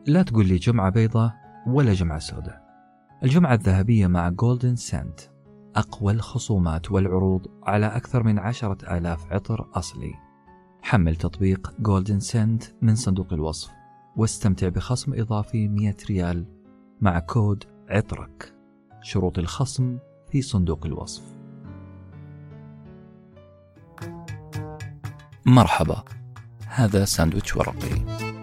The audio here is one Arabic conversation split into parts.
لا تقول لي جمعة بيضة ولا جمعة سوداء. الجمعة الذهبية مع جولدن سنت، أقوى الخصومات والعروض على أكثر من 10,000 عطر أصلي. حمل تطبيق جولدن سنت من صندوق الوصف واستمتع بخصم إضافي 100 ريال مع كود عطرك. شروط الخصم في صندوق الوصف. مرحبا، هذا ساندويتش ورقي.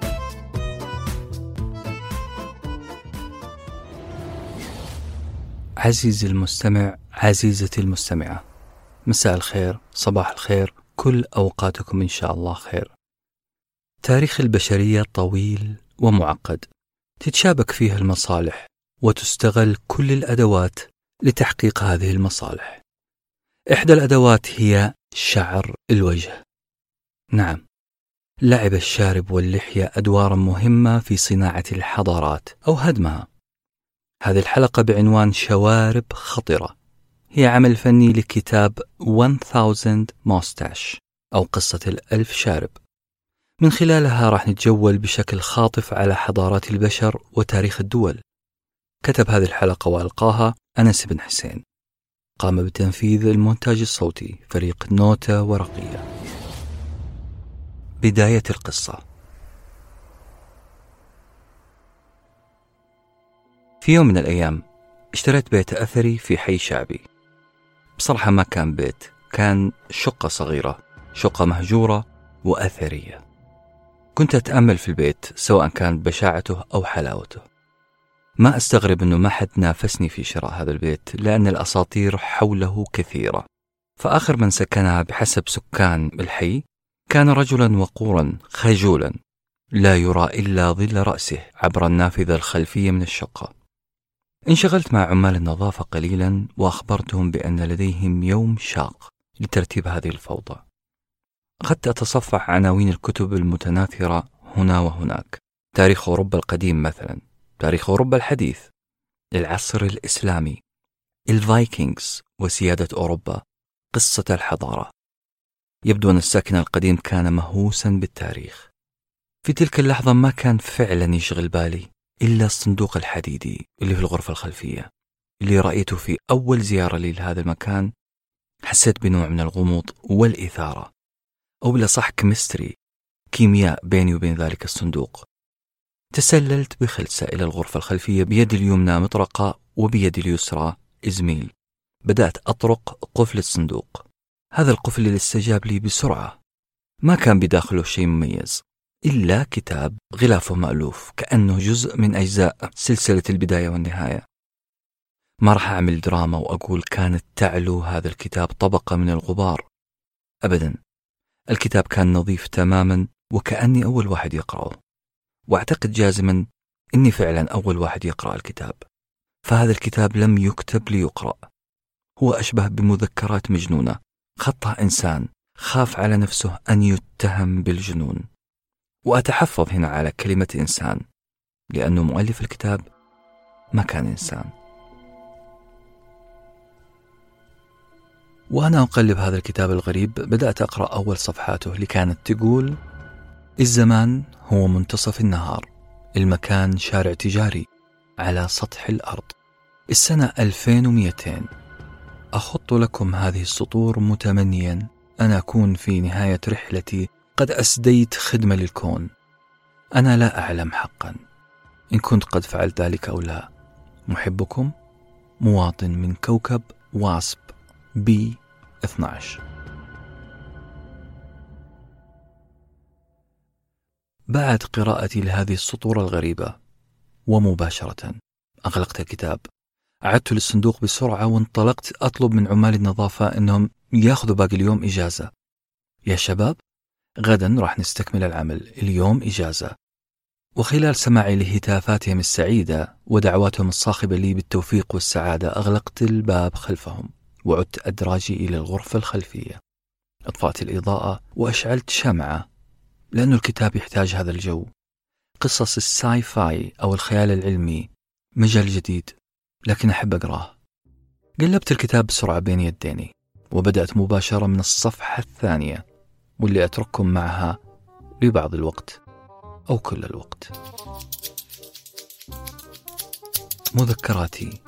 عزيزي المستمع، عزيزتي المستمعة، مساء الخير، صباح الخير، كل أوقاتكم إن شاء الله خير. تاريخ البشرية طويل ومعقد، تتشابك فيه المصالح وتستغل كل الأدوات لتحقيق هذه المصالح. إحدى الأدوات هي شعر الوجه. نعم، لعب الشارب واللحية أدوارا مهمة في صناعة الحضارات أو هدمها. هذه الحلقة بعنوان شوارب خطرة هي عمل فني لكتاب 1000 Mustache أو قصة 1000 شارب. من خلالها راح نتجول بشكل خاطف على حضارات البشر وتاريخ الدول. كتب هذه الحلقة وألقاها أنس بن حسين. قام بتنفيذ المونتاج الصوتي فريق نوتة ورقية. بداية القصة. في يوم من الأيام اشتريت بيت أثري في حي شعبي. بصراحة ما كان بيت، كان شقة صغيرة، شقة مهجورة وأثرية. كنت أتأمل في البيت سواء كان بشاعته أو حلاوته. ما أستغرب أنه ما حد نافسني في شراء هذا البيت، لأن الأساطير حوله كثيرة. فآخر من سكنها بحسب سكان الحي كان رجلا وقورا خجولا لا يرى إلا ظل رأسه عبر النافذة الخلفية من الشقة. انشغلت مع عمال النظافة قليلا وأخبرتهم بأن لديهم يوم شاق لترتيب هذه الفوضى. أخذت أتصفح عناوين الكتب المتناثرة هنا وهناك. تاريخ أوروبا القديم مثلا، تاريخ أوروبا الحديث، العصر الإسلامي، الفايكنجز وسيادة أوروبا، قصة الحضارة. يبدو أن الساكن القديم كان مهووسا بالتاريخ. في تلك اللحظة ما كان فعلا يشغل بالي إلا الصندوق الحديدي اللي في الغرفة الخلفية، اللي رأيته في أول زيارة لي لهذا المكان. حسيت بنوع من الغموض والإثارة، أو بالأصح كيمستري، كيمياء بيني وبين ذلك الصندوق. تسللت بخلسة إلى الغرفة الخلفية، بيدي اليمنى مطرقة وبيدي اليسرى إزميل. بدأت أطرق قفل الصندوق. هذا القفل اللي استجاب لي بسرعة. ما كان بداخله شيء مميز إلا كتاب غلافه مألوف، كأنه جزء من أجزاء سلسلة البداية والنهاية. ما راح أعمل دراما وأقول كانت تعلو هذا الكتاب طبقة من الغبار. أبدا، الكتاب كان نظيف تماما وكأني أول واحد يقرأه. وأعتقد جازما إني فعلا أول واحد يقرأ الكتاب. فهذا الكتاب لم يكتب ليقرأ، هو أشبه بمذكرات مجنونة خطها إنسان خاف على نفسه أن يتهم بالجنون. وأتحفظ هنا على كلمة إنسان، لأنه مؤلف الكتاب ما كان إنسان. وأنا أقلب هذا الكتاب الغريب بدأت أقرأ أول صفحاته اللي كانت تقول: الزمان هو منتصف النهار، المكان شارع تجاري على سطح الأرض، السنة 2200. أخط لكم هذه السطور متمنيا أن أكون في نهاية رحلتي قد أسديت خدمة للكون. أنا لا أعلم حقا إن كنت قد فعلت ذلك أو لا. محبكم، مواطن من كوكب واسب B12. بعد قراءتي لهذه السطور الغريبة ومباشرة أغلقت الكتاب، عدت للصندوق بسرعة وانطلقت أطلب من عمال النظافة أنهم يأخذوا باقي اليوم إجازة. يا شباب، غدا راح نستكمل العمل، اليوم إجازة. وخلال سماعي لهتافاتهم السعيدة ودعواتهم الصاخبة لي بالتوفيق والسعادة أغلقت الباب خلفهم وعدت أدراجي إلى الغرفة الخلفية. أطفأت الإضاءة وأشعلت شمعة، لأن الكتاب يحتاج هذا الجو. قصص الساي فاي أو الخيال العلمي مجال جديد، لكن أحب أقراه. قلبت الكتاب بسرعة بين يديني وبدأت مباشرة من الصفحة الثانية، واللي أترككم معها لبعض الوقت أو كل الوقت. مذكراتي.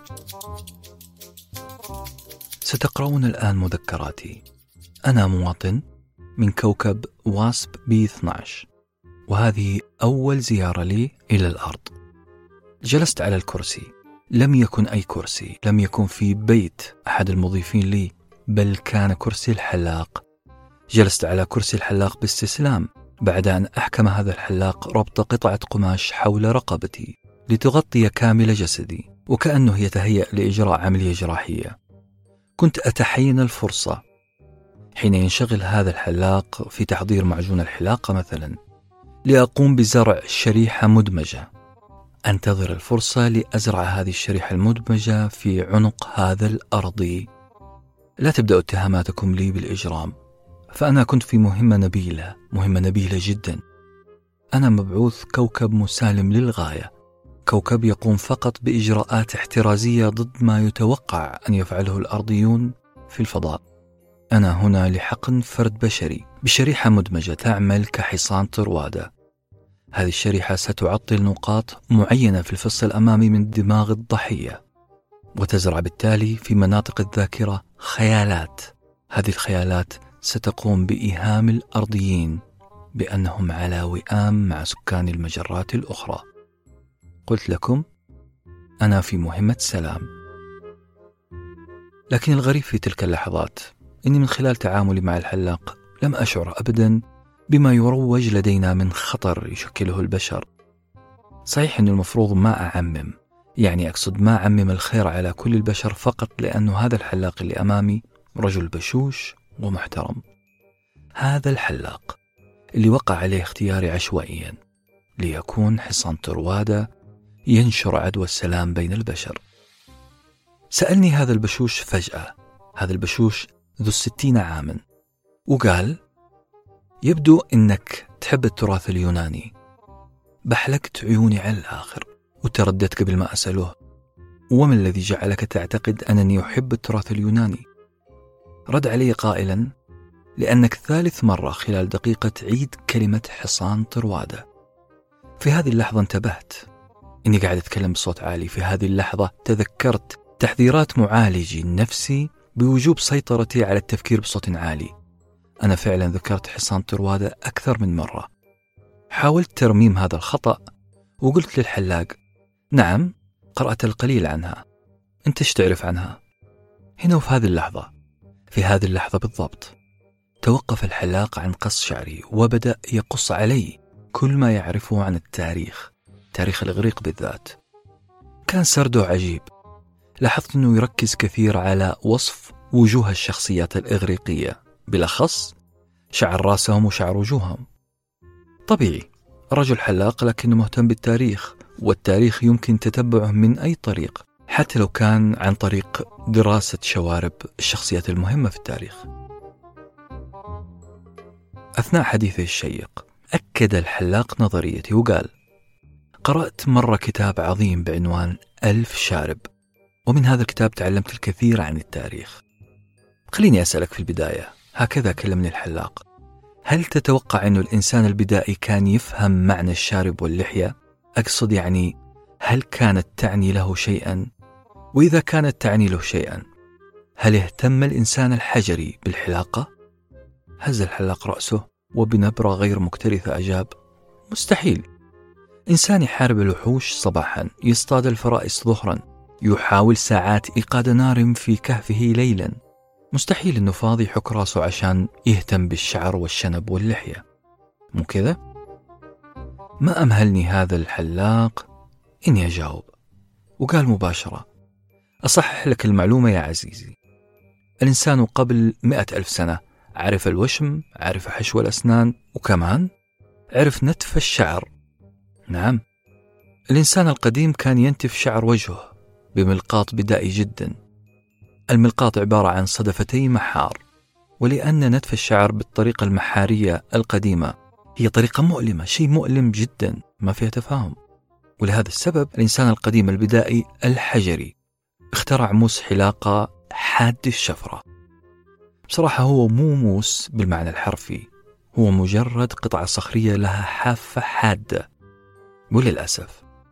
ستقرؤون الآن مذكراتي. أنا مواطن من كوكب واسب B12، وهذه أول زيارة لي إلى الأرض. جلست على الكرسي، لم يكن أي كرسي، لم يكن في بيت أحد المضيفين لي، بل كان كرسي الحلاق. جلست على كرسي الحلاق باستسلام بعد أن أحكم هذا الحلاق ربط قطعة قماش حول رقبتي لتغطي كامل جسدي، وكأنه يتهيأ لإجراء عملية جراحية. كنت أتحين الفرصة حين ينشغل هذا الحلاق في تحضير معجون الحلاقة مثلا لأقوم بزرع شريحة مدمجة. أنتظر الفرصة لأزرع هذه الشريحة المدمجة في عنق هذا الأرضي. لا تبدأ اتهاماتكم لي بالإجرام، فأنا كنت في مهمة نبيلة جدا. أنا مبعوث كوكب مسالم للغاية، كوكب يقوم فقط بإجراءات احترازية ضد ما يتوقع أن يفعله الأرضيون في الفضاء. أنا هنا لحقن فرد بشري بشريحة مدمجة تعمل كحصان طروادة. هذه الشريحة ستعطل نقاط معينة في الفص الأمامي من دماغ الضحية، وتزرع بالتالي في مناطق الذاكرة خيالات. هذه الخيالات ستقوم بإيهام الأرضيين بأنهم على وئام مع سكان المجرات الأخرى. قلت لكم أنا في مهمة سلام. لكن الغريب في تلك اللحظات إني من خلال تعاملي مع الحلاق لم أشعر أبدا بما يروج لدينا من خطر يشكله البشر. صحيح أن المفروض ما أعمم، يعني أقصد ما أعمم الخير على كل البشر فقط لأنه هذا الحلاق اللي أمامي رجل بشوش ومحترم. هذا الحلاق اللي وقع عليه اختياري عشوائيا ليكون حصان طروادة ينشر عدوى السلام بين البشر. سألني هذا البشوش فجأة، هذا البشوش ذو 60 عاما، وقال: يبدو أنك تحب التراث اليوناني. بحلقت عيوني على الآخر وترددت قبل ما أسأله: وما الذي جعلك تعتقد أنني أحب التراث اليوناني؟ رد علي قائلا: لأنك ثالث مرة خلال دقيقة تعيد كلمة حصان طروادة. في هذه اللحظة انتبهت إني قاعد أتكلم بصوت عالي. في هذه اللحظة تذكرت تحذيرات معالجي النفسي بوجوب سيطرتي على التفكير بصوت عالي. أنا فعلا ذكرت حصان طروادة أكثر من مرة. حاولت ترميم هذا الخطأ وقلت للحلاق: نعم، قرأت القليل عنها. أنت ايش تعرف عنها؟ هنا وفي هذه اللحظة، في هذه اللحظة بالضبط، توقف الحلاق عن قص شعري وبدأ يقص علي كل ما يعرفه عن التاريخ، تاريخ الإغريق بالذات. كان سرده عجيب. لاحظت أنه يركز كثير على وصف وجوه الشخصيات الإغريقية، بالأخص شعر راسهم وشعر وجوههم. طبيعي، رجل حلاق لكنه مهتم بالتاريخ، والتاريخ يمكن تتبعه من أي طريق، حتى لو كان عن طريق دراسة شوارب الشخصيات المهمة في التاريخ. أثناء حديثه الشيق أكد الحلاق نظريتي وقال: قرأت مرة كتاب عظيم بعنوان 1000 شارب، ومن هذا الكتاب تعلمت الكثير عن التاريخ. خليني أسألك في البداية، هكذا كلمني الحلاق: هل تتوقع أن الإنسان البدائي كان يفهم معنى الشارب واللحية؟ أقصد يعني هل كانت تعني له شيئا؟ وإذا كانت تعني له شيئا، هل اهتم الإنسان الحجري بالحلاقة؟ هز الحلاق رأسه وبنبرة غير مكترثة أجاب: مستحيل. إنسان يحارب الوحوش صباحا، يصطاد الفرائس ظهرا، يحاول ساعات إيقاد نار في كهفه ليلا. مستحيل إنه فاضي يحك راسه عشان يهتم بالشعر والشنب واللحية، مو كذا؟ ما أمهلني هذا الحلاق إني أجاوب، وقال مباشرة: أصحح لك المعلومة يا عزيزي، الإنسان قبل 100,000 سنة عرف الوشم، عرف حشو الأسنان، وكمان عرف نتف الشعر. نعم، الإنسان القديم كان ينتف شعر وجهه بملقاط بدائي جدا. الملقاط عبارة عن صدفتي محار، ولأن نتف الشعر بالطريقة المحارية القديمة هي طريقة مؤلمة، شيء مؤلم جدا ما فيها تفاهم، ولهذا السبب الإنسان القديم البدائي الحجري اخترع موس حلاقة حاد الشفرة. بصراحة هو مو موس بالمعنى الحرفي، هو مجرد قطعة صخرية لها حافة حادة. وللأسف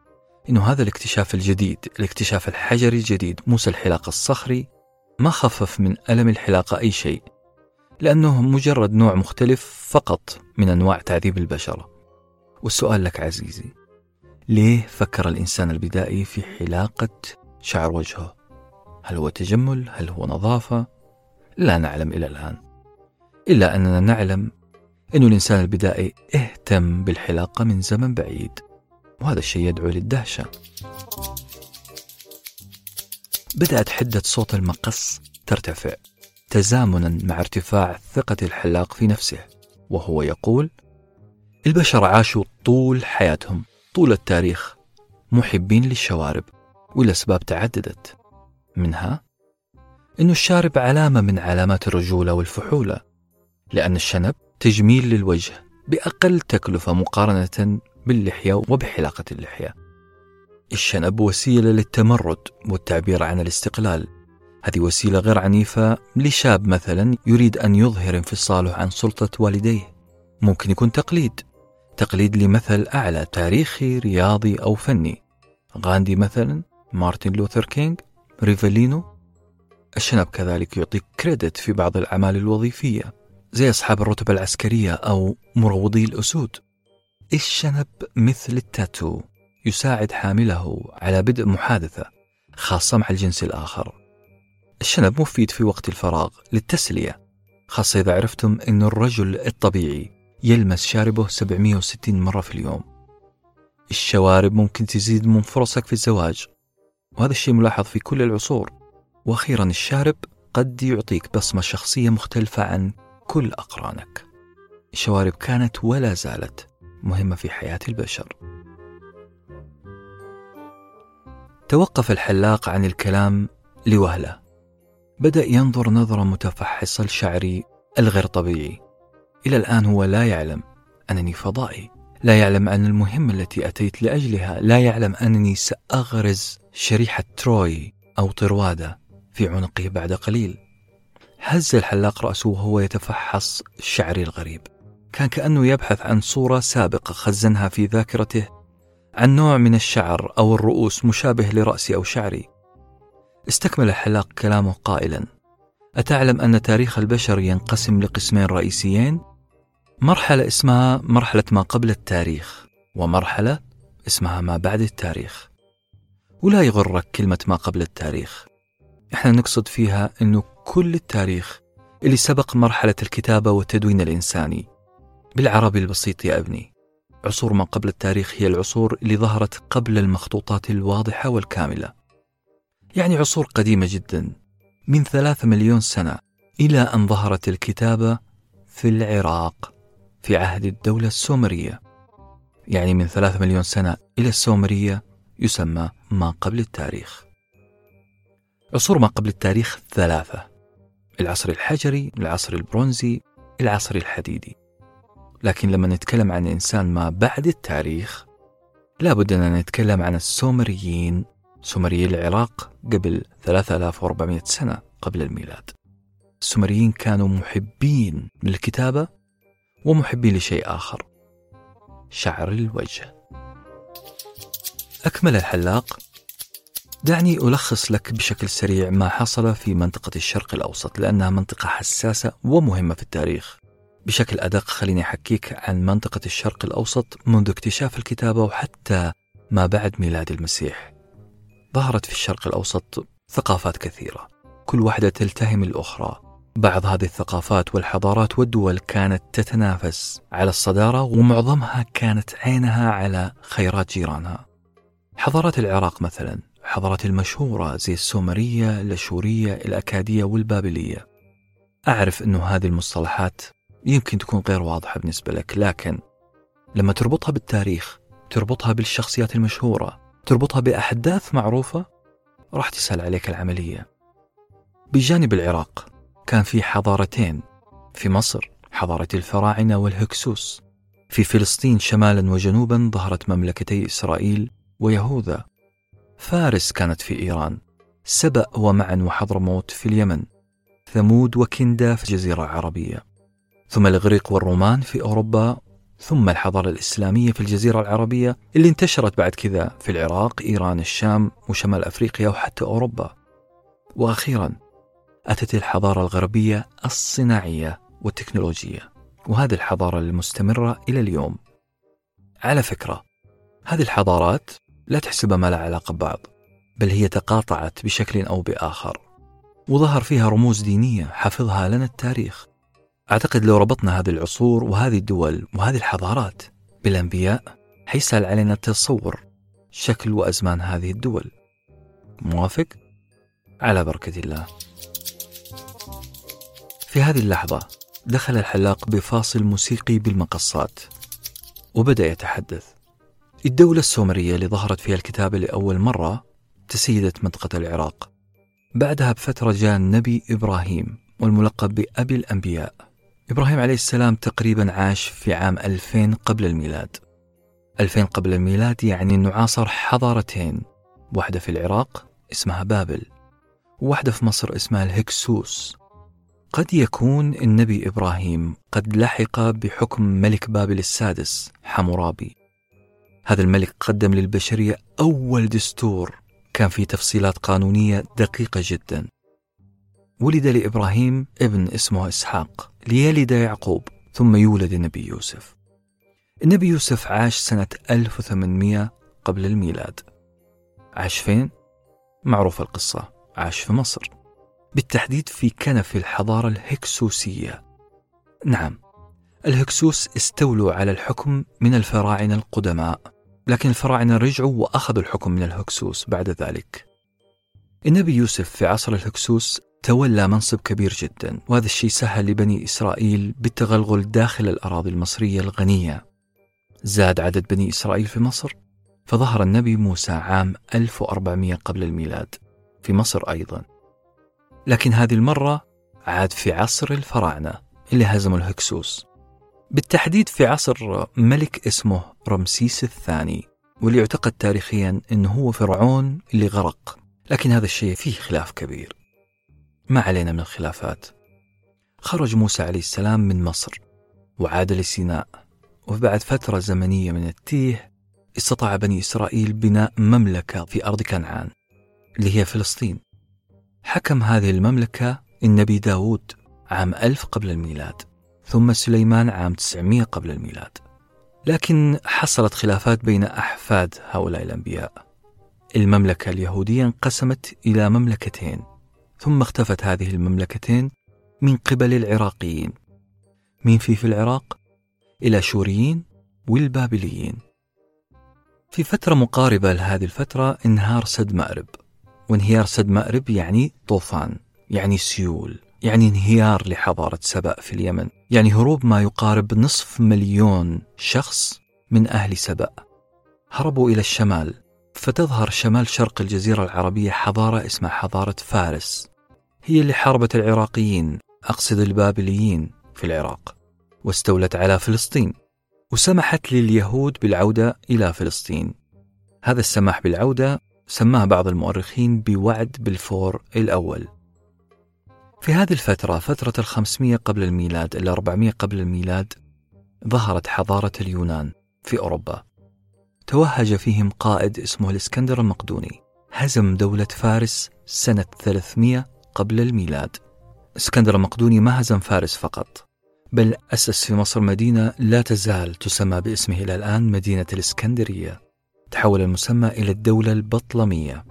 إنه هذا الاكتشاف الجديد، الاكتشاف الحجري الجديد موسى الحلاقة الصخري، ما خفف من ألم الحلاقة أي شيء، لأنه مجرد نوع مختلف فقط من أنواع تعذيب البشر. والسؤال لك عزيزي، ليه فكر الإنسان البدائي في حلاقة شعر وجهه؟ هل هو تجمل؟ هل هو نظافة؟ لا نعلم إلى الآن، إلا أننا نعلم أن الإنسان البدائي اهتم بالحلاقة من زمن بعيد، وهذا الشيء يدعو للدهشة. بدأت حدة صوت المقص ترتفع تزامنا مع ارتفاع ثقة الحلاق في نفسه، وهو يقول: البشر عاشوا طول حياتهم، طول التاريخ، محبين للشوارب، والأسباب تعددت، منها أن الشارب علامة من علامات الرجولة والفحولة، لأن الشنب تجميل للوجه بأقل تكلفة مقارنة باللحية وبحلاقة اللحية. الشنب وسيلة للتمرد والتعبير عن الاستقلال، هذه وسيلة غير عنيفة لشاب مثلا يريد أن يظهر انفصاله عن سلطة والديه. ممكن يكون تقليد لمثل أعلى تاريخي رياضي أو فني، غاندي مثلا، مارتن لوثر كينغ، ريفالينو. الشنب كذلك يعطيك كريدت في بعض الأعمال الوظيفية زي أصحاب الرتب العسكرية أو مروضي الأسود. الشنب مثل التاتو، يساعد حامله على بدء محادثة خاصة مع الجنس الآخر. الشنب مفيد في وقت الفراغ للتسلية، خاصة إذا عرفتم أن الرجل الطبيعي يلمس شاربه 760 مرة في اليوم. الشوارب ممكن تزيد من فرصك في الزواج، وهذا الشيء ملاحظ في كل العصور. وأخيرا الشارب قد يعطيك بصمة شخصية مختلفة عن كل أقرانك. الشوارب كانت ولا زالت مهمة في حياة البشر. توقف الحلاق عن الكلام لوهلة، بدأ ينظر نظرة متفحصة لشعري الغير طبيعي. إلى الآن هو لا يعلم أنني فضائي، لا يعلم أن المهمة التي أتيت لأجلها، لا يعلم أنني سأغرز شريحة تروي أو طروادة في عنقه بعد قليل. هز الحلاق رأسه وهو يتفحص شعري الغريب، كان كأنه يبحث عن صورة سابقة خزنها في ذاكرته عن نوع من الشعر أو الرؤوس مشابه لرأسي أو شعري. استكمل الحلاق كلامه قائلا: أتعلم أن تاريخ البشر ينقسم لقسمين رئيسيين؟ مرحلة اسمها مرحلة ما قبل التاريخ، ومرحلة اسمها ما بعد التاريخ. ولا يغرك كلمة ما قبل التاريخ، احنا نقصد فيها أنه كل التاريخ اللي سبق مرحلة الكتابة والتدوين الإنساني. بالعربي البسيط يا ابني، عصور ما قبل التاريخ هي العصور اللي ظهرت قبل المخطوطات الواضحة والكاملة، يعني عصور قديمة جدا، من 3 مليون سنة، إلى أن ظهرت الكتابة في العراق في عهد الدولة السومرية. يعني من 3 مليون سنة إلى السومرية يسمى ما قبل التاريخ. عصور ما قبل التاريخ 3: العصر الحجري، العصر البرونزي، العصر الحديدي. لكن لما نتكلم عن إنسان ما بعد التاريخ لابد أن نتكلم عن السومريين، سومريي العراق قبل 3400 سنة قبل الميلاد. السومريين كانوا محبين للكتابة ومحبين لشيء آخر: شعر الوجه. أكمل الحلاق: دعني ألخص لك بشكل سريع ما حصل في منطقة الشرق الأوسط، لأنها منطقة حساسة ومهمة في التاريخ. بشكل أدق خليني أحكيك عن منطقة الشرق الأوسط منذ اكتشاف الكتابة وحتى ما بعد ميلاد المسيح. ظهرت في الشرق الأوسط ثقافات كثيرة، كل واحدة تلتهم الأخرى. بعض هذه الثقافات والحضارات والدول كانت تتنافس على الصدارة، ومعظمها كانت عينها على خيرات جيرانها. حضارات العراق مثلا، حضارات المشهورة زي السومرية، الأشورية، الأكادية والبابلية. أعرف أنه هذه المصطلحات يمكن تكون غير واضحة بالنسبة لك، لكن لما تربطها بالتاريخ، تربطها بالشخصيات المشهورة، تربطها بأحداث معروفة، راح تسهل عليك العملية. بجانب العراق كان في حضارتين: في مصر حضارة الفراعنة والهكسوس، في فلسطين شمالا وجنوبا ظهرت مملكتي إسرائيل ويهوذا، فارس كانت في إيران، سبأ ومعن وحضرموت في اليمن، ثمود وكندا في الجزيرة العربية، ثم الإغريق والرومان في أوروبا، ثم الحضارة الإسلامية في الجزيرة العربية اللي انتشرت بعد كذا في العراق، إيران، الشام وشمال أفريقيا وحتى أوروبا. وأخيرا أتت الحضارة الغربية الصناعية والتكنولوجية، وهذه الحضارة المستمرة إلى اليوم. على فكرة، هذه الحضارات لا تحسبها ما لها علاقة ببعض، بل هي تقاطعت بشكل أو بآخر، وظهر فيها رموز دينية حفظها لنا التاريخ. أعتقد لو ربطنا هذه العصور وهذه الدول وهذه الحضارات بالأنبياء حيسهل علينا تصور شكل وأزمان هذه الدول. موافق؟ على بركة الله. في هذه اللحظة دخل الحلاق بفاصل موسيقي بالمقصات وبدأ يتحدث. الدولة السومرية اللي ظهرت فيها الكتابة لأول مرة تسيدت منطقة العراق. بعدها بفترة جاء النبي إبراهيم والملقب بأبي الأنبياء. إبراهيم عليه السلام تقريبا عاش في عام 2000 قبل الميلاد. 2000 قبل الميلاد يعني أنه عاصر حضارتين، واحدة في العراق اسمها بابل، وواحدة في مصر اسمها الهكسوس. قد يكون النبي إبراهيم قد لحق بحكم ملك بابل السادس حمورابي. هذا الملك قدم للبشرية أول دستور كان فيه تفصيلات قانونية دقيقة جدا. ولد لإبراهيم ابن اسمه إسحاق ليلد يعقوب، ثم يولد النبي يوسف. النبي يوسف عاش سنة 1800 قبل الميلاد. عاش فين؟ معروف القصة، عاش في مصر، بالتحديد في كنف الحضارة الهكسوسية. نعم، الهكسوس استولوا على الحكم من الفراعنة القدماء، لكن الفراعنة رجعوا وأخذوا الحكم من الهكسوس بعد ذلك. النبي يوسف في عصر الهكسوس تولى منصب كبير جدا، وهذا الشيء سهل لبني إسرائيل بالتغلغل داخل الأراضي المصرية الغنية. زاد عدد بني إسرائيل في مصر، فظهر النبي موسى عام 1400 قبل الميلاد في مصر أيضا، لكن هذه المرة عاد في عصر الفراعنة اللي هزموا الهكسوس، بالتحديد في عصر ملك اسمه رمسيس الثاني، واللي يعتقد تاريخيا أنه هو فرعون اللي غرق، لكن هذا الشيء فيه خلاف كبير، ما علينا من الخلافات. خرج موسى عليه السلام من مصر وعاد لسيناء، وبعد فترة زمنية من التيه استطاع بني إسرائيل بناء مملكة في أرض كنعان اللي هي فلسطين. حكم هذه المملكة النبي داود عام 1000 قبل الميلاد، ثم سليمان عام 900 قبل الميلاد. لكن حصلت خلافات بين أحفاد هؤلاء الأنبياء. المملكة اليهودية انقسمت إلى مملكتين، ثم اختفت هذه المملكتين من قبل العراقيين. مين في العراق؟ الأشوريين والبابليين. في فترة مقاربة لهذه الفترة انهار سد مأرب، وانهيار سد مأرب يعني طوفان، يعني سيول، يعني انهيار لحضارة سبأ في اليمن، يعني هروب ما يقارب 500,000 شخص من أهل سبأ. هربوا إلى الشمال، فتظهر شمال شرق الجزيرة العربية حضارة اسمها حضارة فارس، هي اللي حاربت العراقيين، أقصد البابليين في العراق، واستولت على فلسطين، وسمحت لليهود بالعودة إلى فلسطين. هذا السماح بالعودة سماه بعض المؤرخين بوعد بلفور الأول. في هذه الفترة، فترة 500 قبل الميلاد 400 قبل الميلاد، ظهرت حضارة اليونان في أوروبا. توهج فيهم قائد اسمه الإسكندر المقدوني، هزم دولة فارس سنة 300 قبل الميلاد. اسكندر المقدوني ما هزم فارس فقط، بل أسس في مصر مدينة لا تزال تسمى باسمه إلى الآن، مدينة الإسكندرية. تحول المسمى إلى الدولة البطلمية.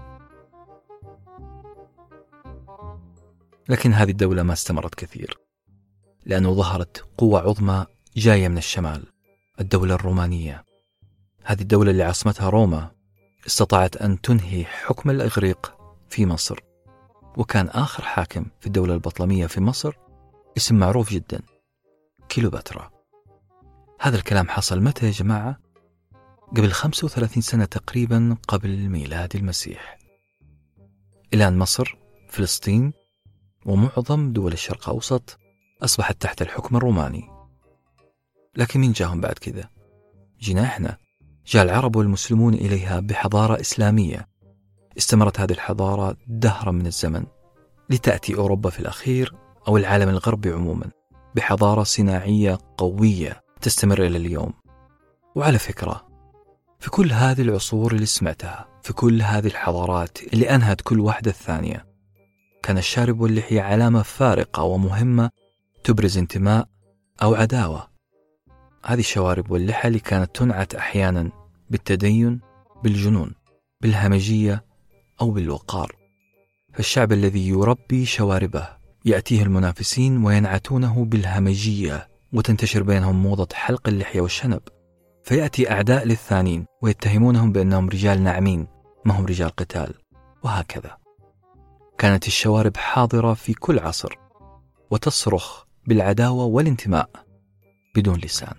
لكن هذه الدولة ما استمرت كثير، لأنه ظهرت قوة عظمى جاية من الشمال، الدولة الرومانية. هذه الدولة اللي عاصمتها روما استطاعت أن تنهي حكم الإغريق في مصر، وكان آخر حاكم في الدولة البطلمية في مصر اسم معروف جدا، كيلوباترا. هذا الكلام حصل متى يا جماعة؟ قبل 35 سنة تقريبا قبل ميلاد المسيح. الآن مصر، فلسطين ومعظم دول الشرق الأوسط أصبحت تحت الحكم الروماني. لكن مين جاهم بعد كذا؟ جينا إحنا، جاء العرب والمسلمون إليها بحضارة إسلامية. استمرت هذه الحضارة دهرا من الزمن، لتأتي أوروبا في الأخير أو العالم الغربي عموما بحضارة صناعية قوية تستمر إلى اليوم. وعلى فكرة، في كل هذه العصور اللي سمعتها، في كل هذه الحضارات اللي أنهت كل واحدة الثانية، كان الشارب واللحية علامة فارقة ومهمة تبرز انتماء أو عداوة. هذه الشوارب واللحى اللي كانت تنعت أحيانا بالتدين، بالجنون، بالهمجية أو بالوقار. فالشعب الذي يربي شواربه يأتيه المنافسين وينعتونه بالهمجية، وتنتشر بينهم موضة حلق اللحية والشنب، فيأتي أعداء للثانين ويتهمونهم بأنهم رجال ناعمين ما هم رجال قتال، وهكذا. كانت الشوارب حاضرة في كل عصر وتصرخ بالعداوة والانتماء بدون لسان.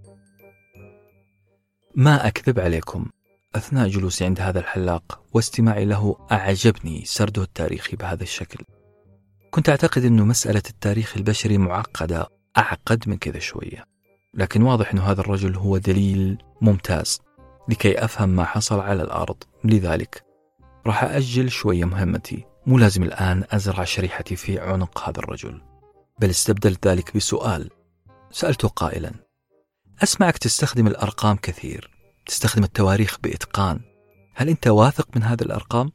ما أكذب عليكم، أثناء جلوسي عند هذا الحلاق واستماعي له أعجبني سرده التاريخي بهذا الشكل. كنت أعتقد أنه مسألة التاريخ البشري معقدة، أعقد من كذا شوية، لكن واضح أنه هذا الرجل هو دليل ممتاز لكي أفهم ما حصل على الأرض. لذلك راح أأجل شوية مهمتي، مو لازم الآن أزرع شريحتي في عنق هذا الرجل، بل استبدلت ذلك بسؤال. سألته قائلا: أسمعك تستخدم الأرقام كثير، تستخدم التواريخ بإتقان، هل أنت واثق من هذه الأرقام؟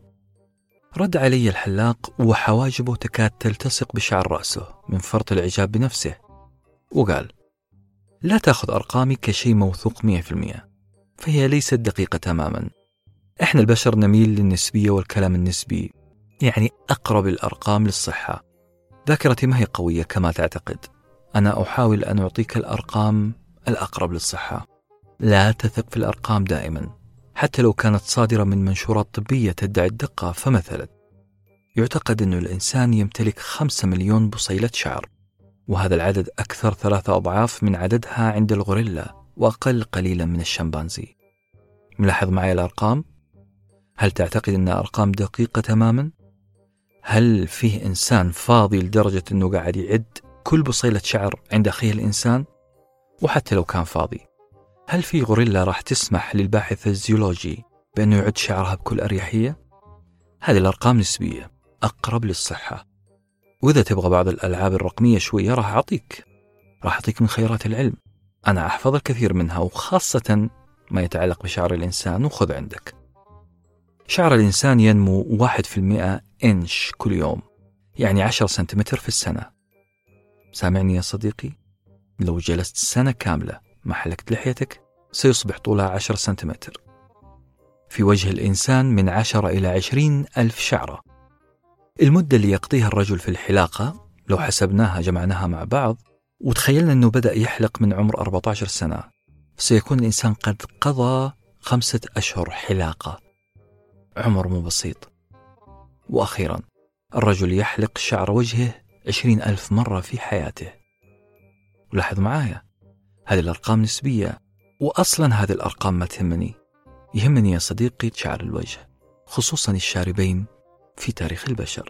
رد علي الحلاق وحواجبه تكاد تلتصق بشعر رأسه من فرط الإعجاب بنفسه، وقال: لا تأخذ أرقامي كشيء موثوق 100%، فهي ليست دقيقة تماما. إحنا البشر نميل للنسبية والكلام النسبي، يعني أقرب الأرقام للصحة. ذاكرتي ما هي قوية كما تعتقد، أنا أحاول أن أعطيك الأرقام الأقرب للصحة. لا تثق في الأرقام دائما، حتى لو كانت صادرة من منشورات طبية تدعي الدقة. فمثلا يعتقد أن الإنسان يمتلك 5 مليون بصيلة شعر، وهذا العدد أكثر 3 أضعاف من عددها عند الغوريلا، وأقل قليلا من الشمبانزي. ملاحظ معي الأرقام؟ هل تعتقد أن أرقام دقيقة تماما؟ هل فيه إنسان فاضي لدرجة أنه قاعد يعد كل بصيلة شعر عند أخيه الإنسان؟ وحتى لو كان فاضي، هل في غوريلا راح تسمح للباحث الزيولوجي بأنه يعد شعرها بكل أريحية؟ هذه الأرقام نسبية، أقرب للصحة. وإذا تبغى بعض الألعاب الرقمية شوية راح أعطيك من خيرات العلم. أنا أحفظ الكثير منها، وخاصة ما يتعلق بشعر الإنسان. وخذ عندك، شعر الإنسان ينمو 1% إنش كل يوم، يعني 10 سنتيمتر في السنة. سامعني يا صديقي؟ لو جلست سنة كاملة ما حلقت لحيتك سيصبح طولها 10 سنتيمتر. في وجه الإنسان من 10 إلى 20 ألف شعرة. المدة اللي يقضيها الرجل في الحلاقة لو حسبناها جمعناها مع بعض وتخيلنا أنه بدأ يحلق من عمر 14 سنة، سيكون الإنسان قد قضى 5 أشهر حلاقة، عمر مو بسيط. وأخيرا الرجل يحلق شعر وجهه 20,000 مرة في حياته. ولاحظ معايا، هذه الأرقام نسبية، وأصلا هذه الأرقام ما تهمني. يهمني يا صديقي شعر الوجه، خصوصا الشاربين في تاريخ البشر.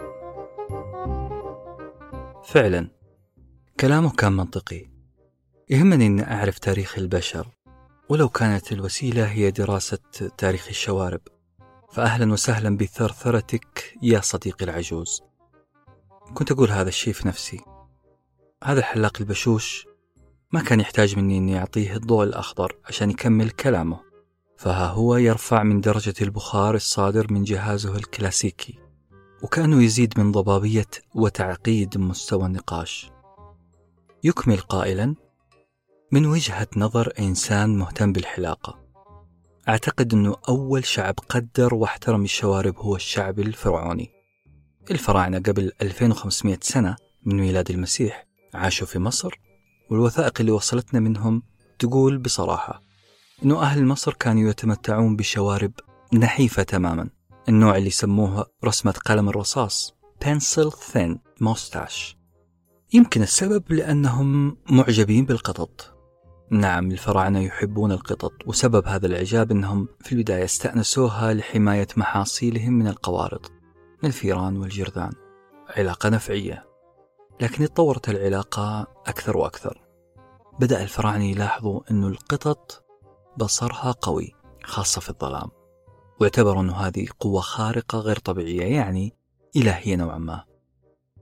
فعلا كلامه كان منطقي. يهمني أن أعرف تاريخ البشر، ولو كانت الوسيلة هي دراسة تاريخ الشوارب، فأهلا وسهلا بثرثرتك يا صديقي العجوز. كنت أقول هذا الشيء في نفسي. هذا الحلاق البشوش ما كان يحتاج مني أني أعطيه الضوء الأخضر عشان يكمل كلامه، فها هو يرفع من درجة البخار الصادر من جهازه الكلاسيكي، وكأنه يزيد من ضبابية وتعقيد مستوى النقاش. يكمل قائلا: من وجهة نظر إنسان مهتم بالحلاقة، أعتقد أنه أول شعب قدر واحترم الشوارب هو الشعب الفرعوني. الفراعنة قبل 2500 سنة من ميلاد المسيح عاشوا في مصر، والوثائق اللي وصلتنا منهم تقول بصراحة أنه أهل مصر كانوا يتمتعون بشوارب نحيفة تماما، النوع اللي يسموه رسمة قلم الرصاص pencil thin mustache. يمكن السبب لأنهم معجبين بالقطط. نعم، الفراعنة يحبون القطط، وسبب هذا الإعجاب أنهم في البداية استأنسوها لحماية محاصيلهم من القوارض، من الفيران والجرذان. علاقة نفعية، لكن اتطورت العلاقة أكثر وأكثر. بدأ الفراعنة يلاحظوا أن القطط بصرها قوي، خاصة في الظلام، واعتبروا أن هذه قوة خارقة غير طبيعية، يعني إلهية نوعا ما.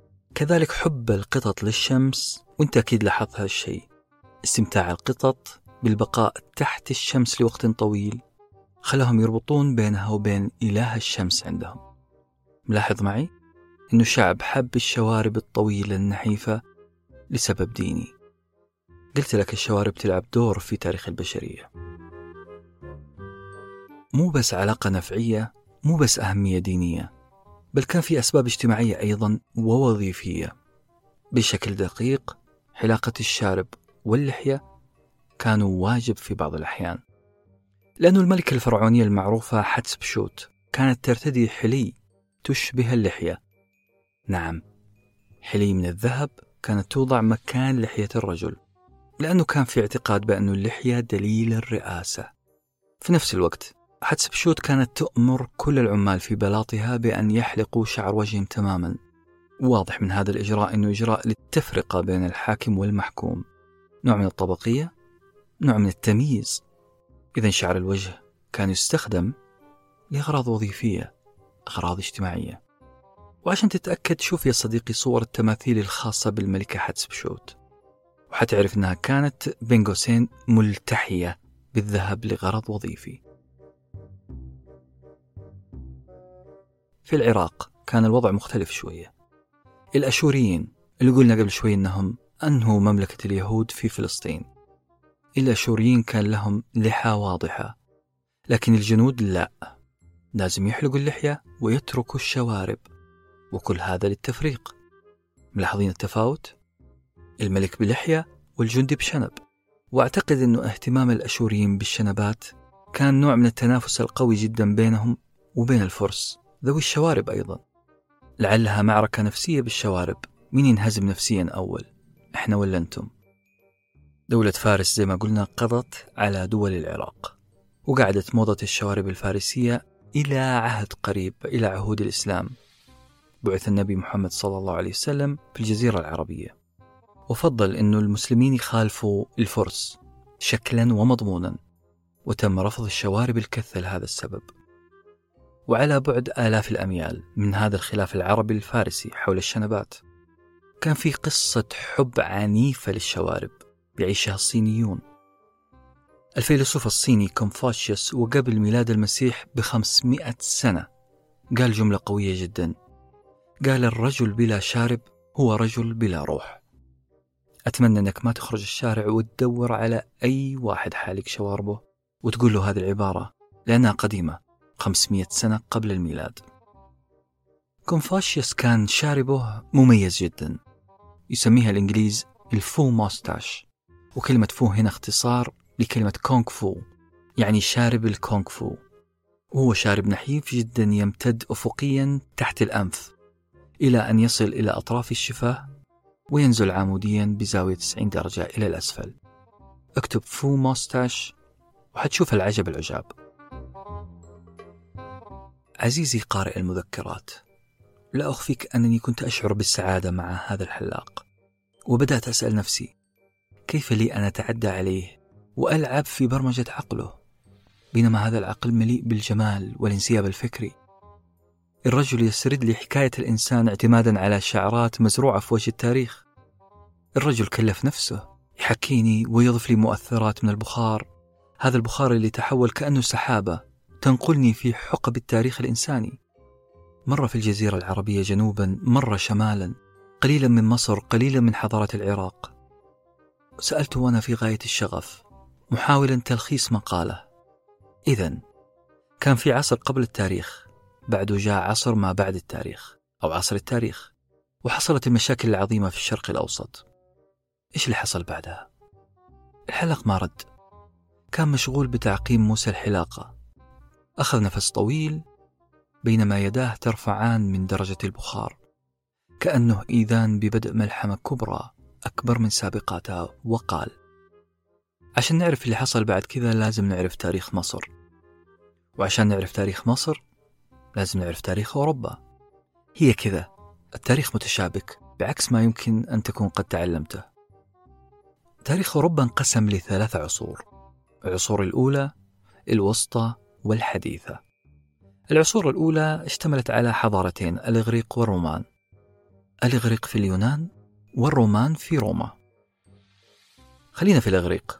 كذلك حب القطط للشمس، وانت أكيد لاحظت هذا الشيء. استمتاع القطط بالبقاء تحت الشمس لوقت طويل خلاهم يربطون بينها وبين إله الشمس عندهم. ملاحظ معي إنه شعب حب الشوارب الطويلة النحيفة لسبب ديني. قلت لك الشوارب تلعب دور في تاريخ البشرية، مو بس علاقة نفعية، مو بس أهمية دينية، بل كان في أسباب اجتماعية أيضا ووظيفية. بشكل دقيق حلاقة الشارب واللحية كانوا واجب في بعض الأحيان، لأن الملكة الفرعونية المعروفة حتشبسوت كانت ترتدي حلي تشبه اللحية. نعم، حلي من الذهب كانت توضع مكان لحية الرجل، لأنه كان في اعتقاد بأن اللحية دليل الرئاسة. في نفس الوقت حتشبسوت كانت تؤمر كل العمال في بلاطها بأن يحلقوا شعر وجههم تماما. واضح من هذا الإجراء أنه إجراء للتفرقة بين الحاكم والمحكوم، نوع من الطبقية، نوع من التمييز. إذن شعر الوجه كان يستخدم لأغراض وظيفية، أغراض اجتماعية. وعشان تتأكد شوف يا صديقي صور التماثيل الخاصة بالملكة حتشبسوت، وحتعرف أنها كانت بين قوسين ملتحية بالذهب لغرض وظيفي. في العراق كان الوضع مختلف شوية. الأشوريين اللي قلنا قبل شوي أنهم أنهوا مملكة اليهود في فلسطين، الأشوريين كان لهم لحى واضحة، لكن الجنود لا، لازم يحلقوا اللحية ويتركوا الشوارب، وكل هذا للتفريق. ملاحظين التفاوت؟ الملك بلحية والجندي بشنب. وأعتقد أنه اهتمام الأشوريين بالشنبات كان نوع من التنافس القوي جدا بينهم وبين الفرس ذوي الشوارب أيضا. لعلها معركة نفسية بالشوارب، مين ينهزم نفسيا أول، إحنا ولا أنتم؟ دولة فارس زي ما قلنا قضت على دول العراق، وقعدت موضة الشوارب الفارسية إلى عهد قريب، إلى عهود الإسلام. بعث النبي محمد صلى الله عليه وسلم في الجزيرة العربية، وفضل أنه المسلمين يخالفوا الفرس شكلا ومضمونا، وتم رفض الشوارب الكثة لهذا السبب. وعلى بعد آلاف الأميال من هذا الخلاف العربي الفارسي حول الشنبات، كان في قصة حب عنيفة للشوارب يعيشها الصينيون. الفيلسوف الصيني كونفوشيوس وقبل ميلاد المسيح ب500 سنة قال جملة قوية جدا، قال: الرجل بلا شارب هو رجل بلا روح. أتمنى أنك ما تخرج الشارع وتدور على أي واحد حالق شواربه وتقول له هذه العبارة، لأنها قديمة 500 سنة قبل الميلاد. كونفوشيوس كان شاربه مميز جدا، يسميها الإنجليز الفو موستاش، وكلمة فو هنا اختصار لكلمة كونغ فو، يعني شارب الكونغ فو. وهو شارب نحيف جدا يمتد أفقيا تحت الأنف إلى أن يصل إلى أطراف الشفاه وينزل عموديا بزاوية 90 درجة إلى الأسفل. اكتب فو موستاش وحتشوف العجب العجاب. عزيزي قارئ المذكرات، لا أخفيك أنني كنت أشعر بالسعادة مع هذا الحلاق، وبدأت أسأل نفسي كيف لي أن أتعدى عليه وألعب في برمجة عقله، بينما هذا العقل مليء بالجمال والانسياب الفكري. الرجل يسرد لي حكاية الإنسان اعتمادا على شعرات مزروعة في وجه التاريخ. الرجل كلف نفسه يحكيني ويضيف لي مؤثرات من البخار، هذا البخار اللي تحول كأنه سحابة تنقلني في حقب التاريخ الإنساني، مرة في الجزيرة العربية جنوبا، مرة شمالا، قليلا من مصر، قليلا من حضارة العراق. سألت وأنا في غاية الشغف محاولا تلخيص مقاله. إذن كان في عصر قبل التاريخ، بعده جاء عصر ما بعد التاريخ أو عصر التاريخ، وحصلت المشاكل العظيمة في الشرق الأوسط. إيش اللي حصل بعدها؟ الحلاق ما رد، كان مشغول بتعقيم موسى الحلاقة. أخذ نفس طويل بينما يداه ترفعان من درجة البخار، كأنه إيذان ببدء ملحمة كبرى أكبر من سابقاتها، وقال: عشان نعرف اللي حصل بعد كذا لازم نعرف تاريخ مصر، وعشان نعرف تاريخ مصر لازم نعرف تاريخ أوروبا. هي كذا، التاريخ متشابك بعكس ما يمكن أن تكون قد تعلمته. تاريخ أوروبا انقسم ل3 عصور: العصور الأولى، الوسطى، والحديثة. العصور الأولى اشتملت على حضارتين، الإغريق والرومان. الإغريق في اليونان والرومان في روما. خلينا في الإغريق.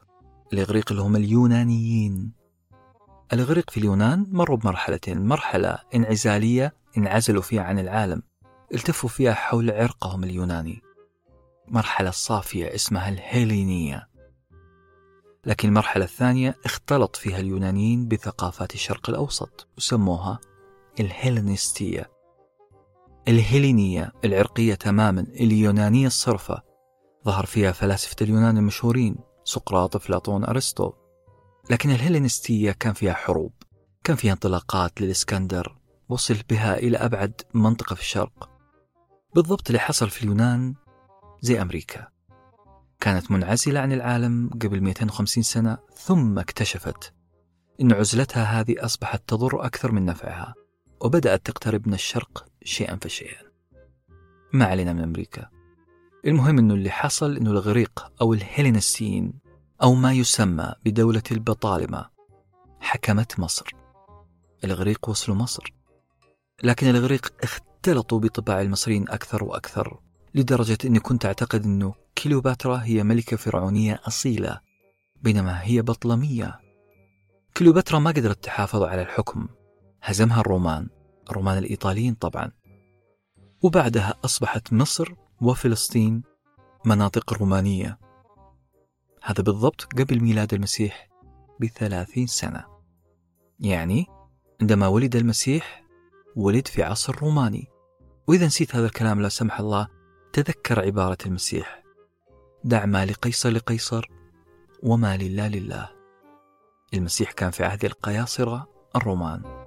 الإغريق اللي هم اليونانيين. الإغريق في اليونان مروا بمرحلتين: مرحلة انعزالية انعزلوا فيها عن العالم، التفوا فيها حول عرقهم اليوناني. مرحلة صافية اسمها الهيلينية. لكن المرحلة الثانية اختلط فيها اليونانيين بثقافات الشرق الأوسط وسموها الهيلينستية. الهيلينية العرقية تماما، اليونانية الصرفة، ظهر فيها فلاسفة اليونان المشهورين: سقراط، أفلاطون، أرسطو. لكن الهيلينستية كان فيها حروب، كان فيها انطلاقات للإسكندر، وصل بها إلى أبعد منطقة في الشرق. بالضبط اللي حصل في اليونان زي أمريكا، كانت منعزلة عن العالم قبل 250 سنة، ثم اكتشفت أن عزلتها هذه أصبحت تضر أكثر من نفعها، وبدأت تقترب من الشرق شيئا فشيئا. ما علينا من أمريكا. المهم أنه اللي حصل أنه الإغريق أو الهيلينستيين أو ما يسمى بدولة البطالمة حكمت مصر. الإغريق وصلوا مصر، لكن الإغريق اختلطوا بطباع المصريين أكثر وأكثر، لدرجة أني كنت أعتقد أنه كليوباترا هي ملكة فرعونية أصيلة بينما هي بطلمية. كليوباترا ما قدرت تحافظ على الحكم، هزمها الرومان الإيطاليين طبعا، وبعدها أصبحت مصر وفلسطين مناطق رومانية. هذا بالضبط قبل ميلاد المسيح ب30 سنة. يعني عندما ولد المسيح ولد في عصر روماني. وإذا نسيت هذا الكلام لا سمح الله، تذكر عبارة المسيح: دع ما لقيصر لقيصر وما لله لله. المسيح كان في عهد القياصرة الرومان.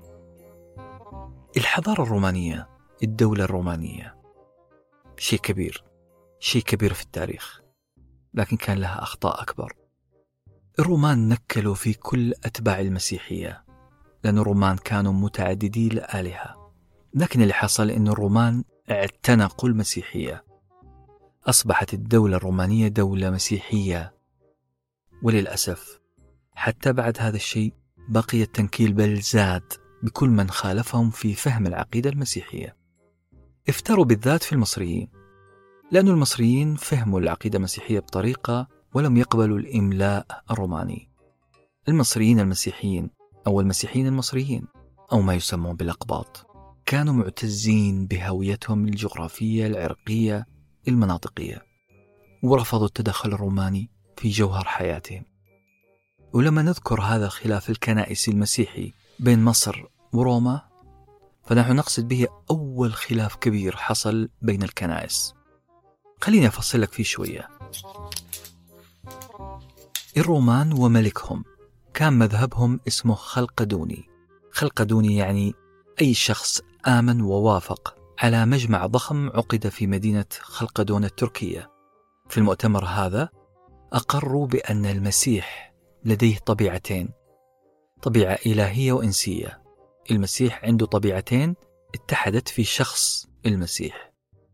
الحضارة الرومانية، الدولة الرومانية، شيء كبير في التاريخ، لكن كان لها أخطاء أكبر. الرومان نكلوا في كل أتباع المسيحية، لأن الرومان كانوا متعددي الآلهة. لكن اللي حصل إن الرومان اعتنقوا المسيحية، أصبحت الدولة الرومانية دولة مسيحية. وللأسف حتى بعد هذا الشيء بقي التنكيل بل زاد بكل من خالفهم في فهم العقيدة المسيحية. افتروا بالذات في المصريين، لأن المصريين فهموا العقيدة المسيحية بطريقة ولم يقبلوا الإملاء الروماني. المصريين المسيحيين أو المسيحيين المصريين أو ما يسمون بالأقباط كانوا معتزين بهويتهم الجغرافية العرقية المناطقية، ورفضوا التدخل الروماني في جوهر حياتهم. ولما نذكر هذا الخلاف الكنائسي المسيحي بين مصر وروما، فنحن نقصد به أول خلاف كبير حصل بين الكنائس. خليني أفصل لك فيه شوية. الرومان وملكهم كان مذهبهم اسمه خلقدوني. خلقدوني يعني أي شخص آمن ووافق على مجمع ضخم عقد في مدينة خلقدون التركية. في المؤتمر هذا أقروا بأن المسيح لديه طبيعتين، طبيعة إلهية وإنسية. المسيح عنده طبيعتين اتحدت في شخص المسيح.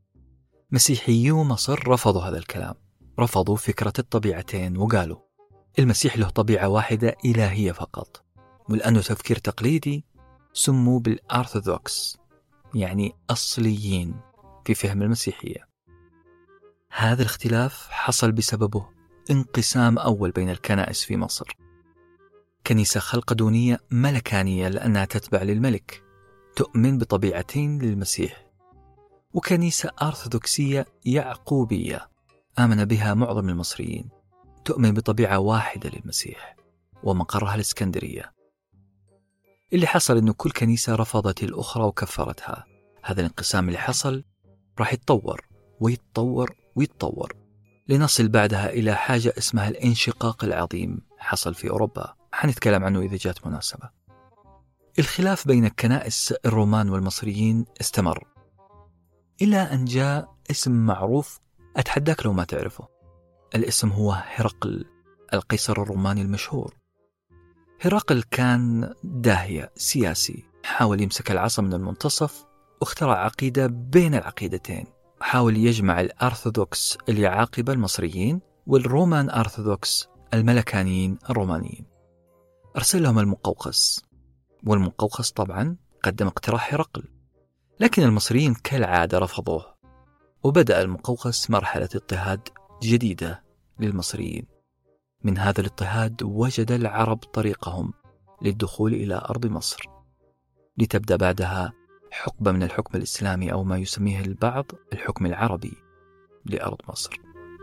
مسيحيو مصر رفضوا هذا الكلام، رفضوا فكرة الطبيعتين وقالوا المسيح له طبيعة واحدة إلهية فقط. ولأنه تفكير تقليدي سموا بالأرثوذكس، يعني أصليين في فهم المسيحية. هذا الاختلاف حصل بسببه انقسام أول بين الكنائس في مصر. كنيسة خلقدونية ملكانية لأنها تتبع للملك، تؤمن بطبيعتين للمسيح، وكنيسة أرثوذكسية يعقوبية آمن بها معظم المصريين، تؤمن بطبيعة واحدة للمسيح ومقرها الإسكندرية. اللي حصل إنه كل كنيسة رفضت الأخرى وكفرتها. هذا الانقسام اللي حصل راح يتطور ويتطور ويتطور لنصل بعدها إلى حاجة اسمها الانشقاق العظيم حصل في أوروبا، حنتكلم عنه إذا جات مناسبة. الخلاف بين الكنائس الرومان والمصريين استمر إلى أن جاء اسم معروف أتحداك لو ما تعرفه. الاسم هو هرقل، القيصر الروماني المشهور. هرقل كان داهية سياسي، حاول يمسك العصا من المنتصف واخترع عقيدة بين العقيدتين. حاول يجمع الأرثوذكس اليعاقبة المصريين والرومان أرثوذكس الملكانيين الرومانيين. أرسل لهم المقوقس، والمقوقس طبعا قدم اقتراح هرقل، لكن المصريين كالعادة رفضوه، وبدأ المقوقس مرحلة اضطهاد جديدة للمصريين. من هذا الاضطهاد وجد العرب طريقهم للدخول إلى أرض مصر، لتبدأ بعدها حقبة من الحكم الإسلامي أو ما يسميه البعض الحكم العربي لأرض مصر.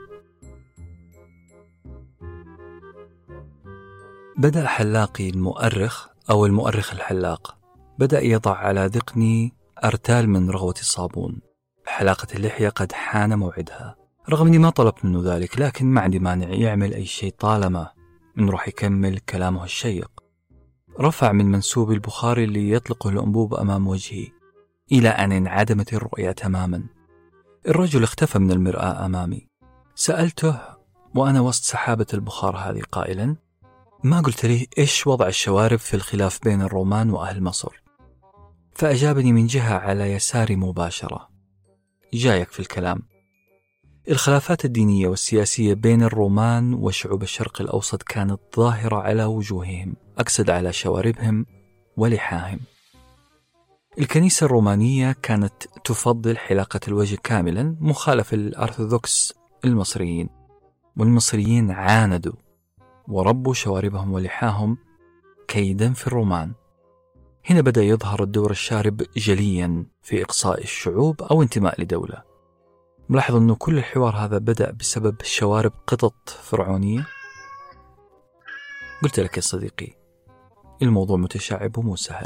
بدأ حلاقي المؤرخ أو المؤرخ الحلاق بدأ يضع على ذقني أرتال من رغوة الصابون. حلاقة اللحية قد حان موعدها، رغم أني ما طلبت منه ذلك، لكن ما عندي مانع يعمل أي شيء طالما نروح يكمل كلامه الشيق. رفع من منسوب البخار اللي يطلقه الأنبوب أمام وجهي إلى أن انعدمت الرؤية تماما. الرجل اختفى من المرآة أمامي. سألته وأنا وسط سحابة البخار هذه قائلا: ما قلت لي إيش وضع الشوارب في الخلاف بين الرومان وأهل مصر؟ فأجابني من جهة على يساري مباشرة: جايك في الكلام. الخلافات الدينية والسياسية بين الرومان وشعوب الشرق الأوسط كانت ظاهرة على وجوههم، أقصد على شواربهم ولحاهم. الكنيسة الرومانية كانت تفضل حلاقة الوجه كاملا مخالف الأرثوذكس المصريين، والمصريين عاندوا وربوا شواربهم ولحاهم كيدا في الرومان. هنا بدأ يظهر الدور الشارب جليا في إقصاء الشعوب أو انتماء لدولة. ملاحظ أنه كل الحوار هذا بدأ بسبب شوارب قطط فرعونية. قلت لك يا صديقي الموضوع متشعب ومو سهل.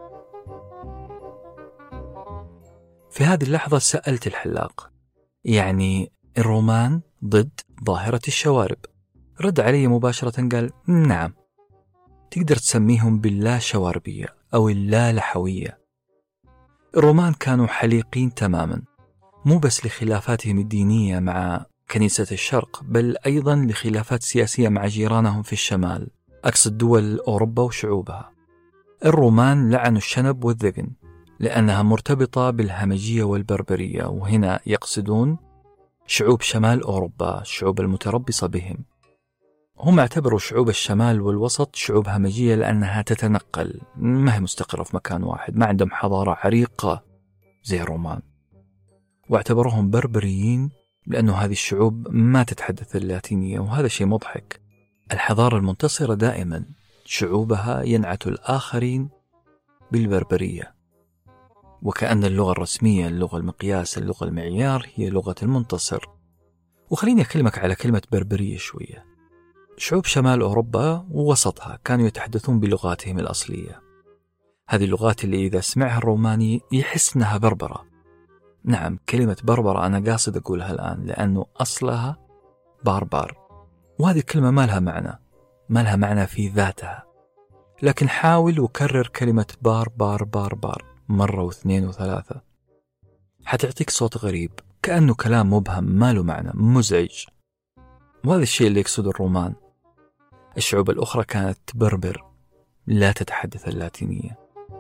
في هذه اللحظة سألت الحلاق: يعني الرومان ضد ظاهرة الشوارب؟ رد علي مباشرة قال: نعم، تقدر تسميهم باللا شواربية أو اللا لحوية. الرومان كانوا حليقين تماما، مو بس لخلافاتهم الدينية مع كنيسة الشرق، بل أيضا لخلافات سياسية مع جيرانهم في الشمال، أقصد دول أوروبا وشعوبها. الرومان لعنوا الشنب والذقن لأنها مرتبطة بالهمجية والبربرية، وهنا يقصدون شعوب شمال أوروبا، الشعوب المتربصة بهم. هم اعتبروا شعوب الشمال والوسط شعوب همجية لأنها تتنقل، ما هي مستقرة في مكان واحد، ما عندهم حضارة عريقة زي الرومان. واعتبروهم بربريين لأنه هذه الشعوب ما تتحدث اللاتينية، وهذا شيء مضحك. الحضارة المنتصرة دائما شعوبها ينعت الآخرين بالبربرية، وكأن اللغة الرسمية، اللغة المقياس، اللغة المعيار هي لغة المنتصر. وخليني أكلمك على كلمة بربرية شوية. شعوب شمال أوروبا ووسطها كانوا يتحدثون بلغاتهم الأصلية، هذه اللغات اللي إذا سمعها الروماني يحس أنها بربرة. نعم، كلمة بربرة أنا قاصد أقولها الآن لأنه أصلها باربار، وهذه الكلمة ما لها معنى في ذاتها، لكن حاول وكرر كلمة بار بار بار بار مرة واثنين وثلاثة، حتعطيك صوت غريب كأنه كلام مبهم ما له معنى، مزعج. وهذا الشيء اللي يقصده الرومان. الشعوب الأخرى كانت بربر لا تتحدث اللاتينية.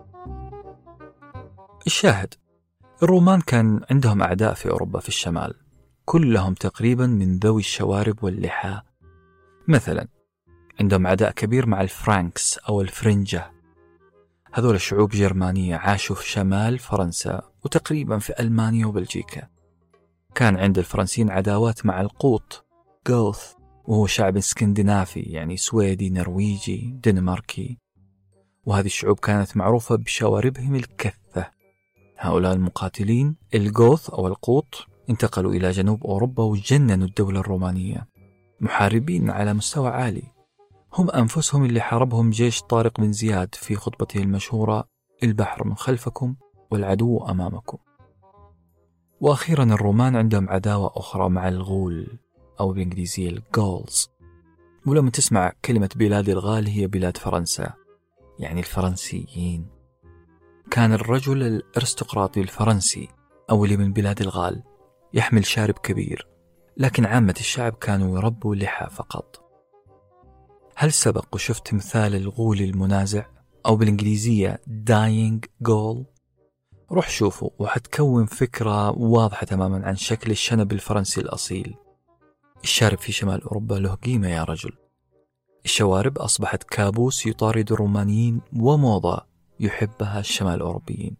الشاهد، الرومان كان عندهم أعداء في أوروبا في الشمال، كلهم تقريبا من ذوي الشوارب واللحى. مثلا عندهم عداء كبير مع الفرانكس أو الفرنجة، هذول شعوب جرمانية عاشوا في شمال فرنسا وتقريبا في ألمانيا وبلجيكا. كان عند الفرنسيين عداوات مع القوط غوث، وهو شعب اسكندنافي يعني سويدي نرويجي دنماركي، وهذه الشعوب كانت معروفة بشواربهم الكثة. هؤلاء المقاتلين الغوث أو القوط انتقلوا إلى جنوب أوروبا وجننوا الدولة الرومانية، محاربين على مستوى عالي، هم أنفسهم اللي حاربهم جيش طارق بن زياد في خطبته المشهورة: البحر من خلفكم والعدو أمامكم. وأخيرا الرومان عندهم عداوة أخرى مع الغول أو بالإنجليزية الغولز. ولما تسمع كلمة بلاد الغال هي بلاد فرنسا، يعني الفرنسيين. كان الرجل الأرستقراطي الفرنسي أو اللي من بلاد الغال يحمل شارب كبير، لكن عامة الشعب كانوا يربوا لحى فقط. هل سبق وشفت مثال الغول المنازع أو بالإنجليزية dying Gaul؟ روح شوفه وحتكون فكرة واضحة تماما عن شكل الشنب الفرنسي الأصيل. الشارب في شمال أوروبا له قيمة يا رجل. الشوارب أصبحت كابوس يطارد الرومانيين وموضة يحبها الشمال الأوروبيين.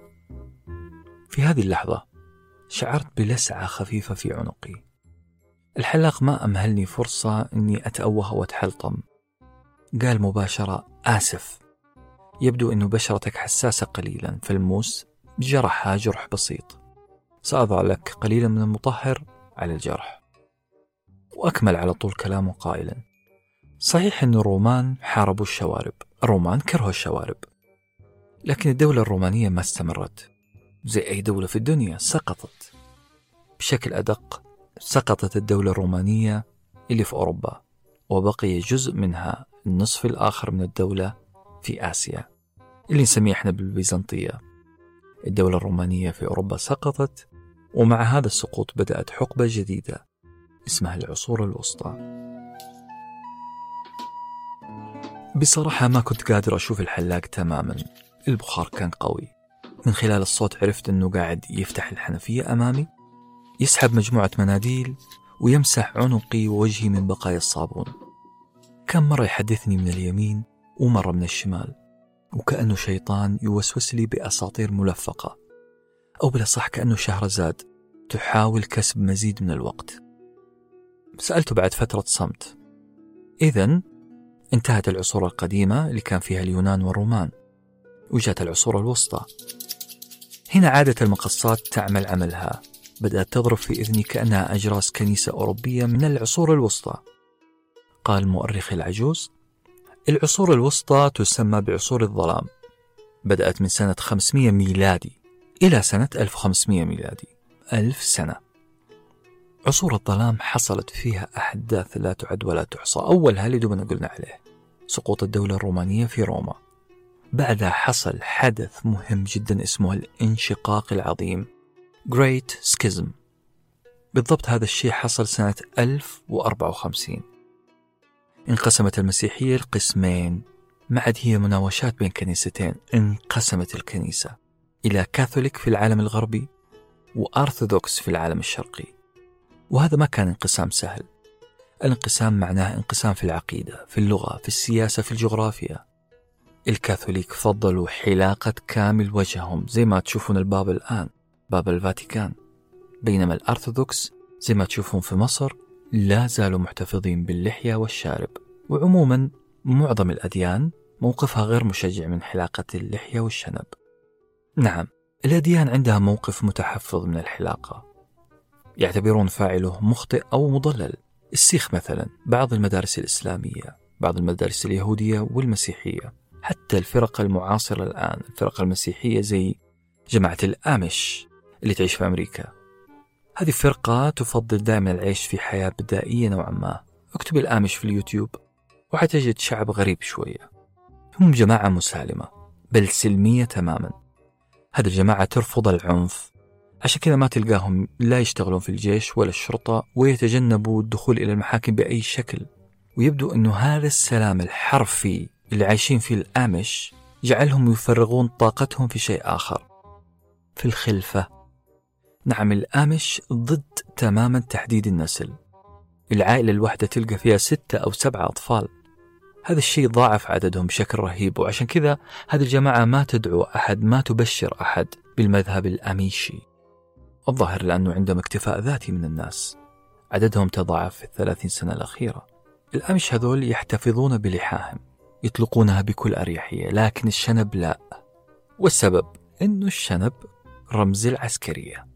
في هذه اللحظة شعرت بلسعة خفيفة في عنقي. الحلاق ما أمهلني فرصة أني أتأوه وأتحلطم، قال مباشرة: آسف، يبدو أن بشرتك حساسة قليلا، فالموس جرحها جرح بسيط، سأضع لك قليلا من المطهر على الجرح. وأكمل على طول كلامه قائلا: صحيح أن الرومان حاربوا الشوارب، الرومان كرهوا الشوارب، لكن الدولة الرومانية ما استمرت، زي أي دولة في الدنيا سقطت. بشكل أدق، سقطت الدولة الرومانية اللي في أوروبا، وبقي جزء منها، النصف الآخر من الدولة، في آسيا، اللي نسميه احنا بالبيزنطية. الدولة الرومانية في أوروبا سقطت، ومع هذا السقوط بدأت حقبة جديدة اسمها العصور الوسطى. بصراحة ما كنت قادر أشوف الحلاق تماما، البخار كان قوي. من خلال الصوت عرفت أنه قاعد يفتح الحنفية أمامي، يسحب مجموعة مناديل ويمسح عنقي ووجهي من بقايا الصابون. كان مرة يحدثني من اليمين ومرة من الشمال، وكأنه شيطان يوسوس لي بأساطير ملفقة، أو بالأصح كأنه شهرزاد تحاول كسب مزيد من الوقت. سألته بعد فترة صمت: إذن انتهت العصور القديمة اللي كان فيها اليونان والرومان، وجاءت العصور الوسطى. هنا عادت المقصات تعمل عملها، بدأت تضرب في إذني كأنها أجراس كنيسة أوروبية من العصور الوسطى. قال مؤرخي العجوز: العصور الوسطى تسمى بعصور الظلام، بدأت من سنة 500 ميلادي إلى سنة 1500 ميلادي، 1000 سنة. عصور الظلام حصلت فيها أحداث لا تعد ولا تحصى. أولها اللي دوبنا قلنا عليه، سقوط الدولة الرومانية في روما. بعدها حصل حدث مهم جدا اسمه الانشقاق العظيم، Great Schism. بالضبط هذا الشيء حصل سنة 1054. انقسمت المسيحية لقسمين، ما عاد هي مناوشات بين كنيستين، انقسمت الكنيسة إلى كاثوليك في العالم الغربي وأرثوذكس في العالم الشرقي. وهذا ما كان انقسام سهل. الانقسام معناه انقسام في العقيدة، في اللغة، في السياسة، في الجغرافيا. الكاثوليك فضلوا حلاقة كامل وجههم زي ما تشوفون الباب الآن، باب الفاتيكان، بينما الأرثوذكس زي ما تشوفون في مصر لا زالوا محتفظين باللحية والشارب. وعموما معظم الأديان موقفها غير مشجع من حلاقة اللحية والشنب. نعم، الأديان عندها موقف متحفظ من الحلاقة، يعتبرون فاعله مخطئ أو مضلل. السيخ مثلا، بعض المدارس الإسلامية، بعض المدارس اليهودية والمسيحية، حتى الفرق المعاصرة الآن، الفرق المسيحية زي جماعة الآمش اللي تعيش في أمريكا. هذه فرقة تفضل دائما العيش في حياة بدائية نوعا ما. اكتب الآمش في اليوتيوب وحتجد شعب غريب شوية. هم جماعة مسالمة بل سلمية تماما. هذه الجماعة ترفض العنف، عشان كذا ما تلقاهم لا يشتغلون في الجيش ولا الشرطة، ويتجنبوا الدخول إلى المحاكم بأي شكل. ويبدو أنه هذا السلام الحرفي اللي عايشين فيه الآمش جعلهم يفرغون طاقتهم في شيء آخر، في الخلفة. نعم، الآمش ضد تماما تحديد النسل. العائلة الواحدة تلقى فيها 6 أو 7 أطفال. هذا الشيء ضاعف عددهم بشكل رهيب، وعشان كذا هذه الجماعة ما تدعو أحد، ما تبشر أحد بالمذهب الأميشي. الظاهر لأنه عندهم اكتفاء ذاتي من الناس. عددهم تضاعف في 30 سنة الأخيرة. الأمش هذول يحتفظون بلحاهم، يطلقونها بكل أريحية، لكن الشنب لا. والسبب إنه الشنب رمز العسكرية.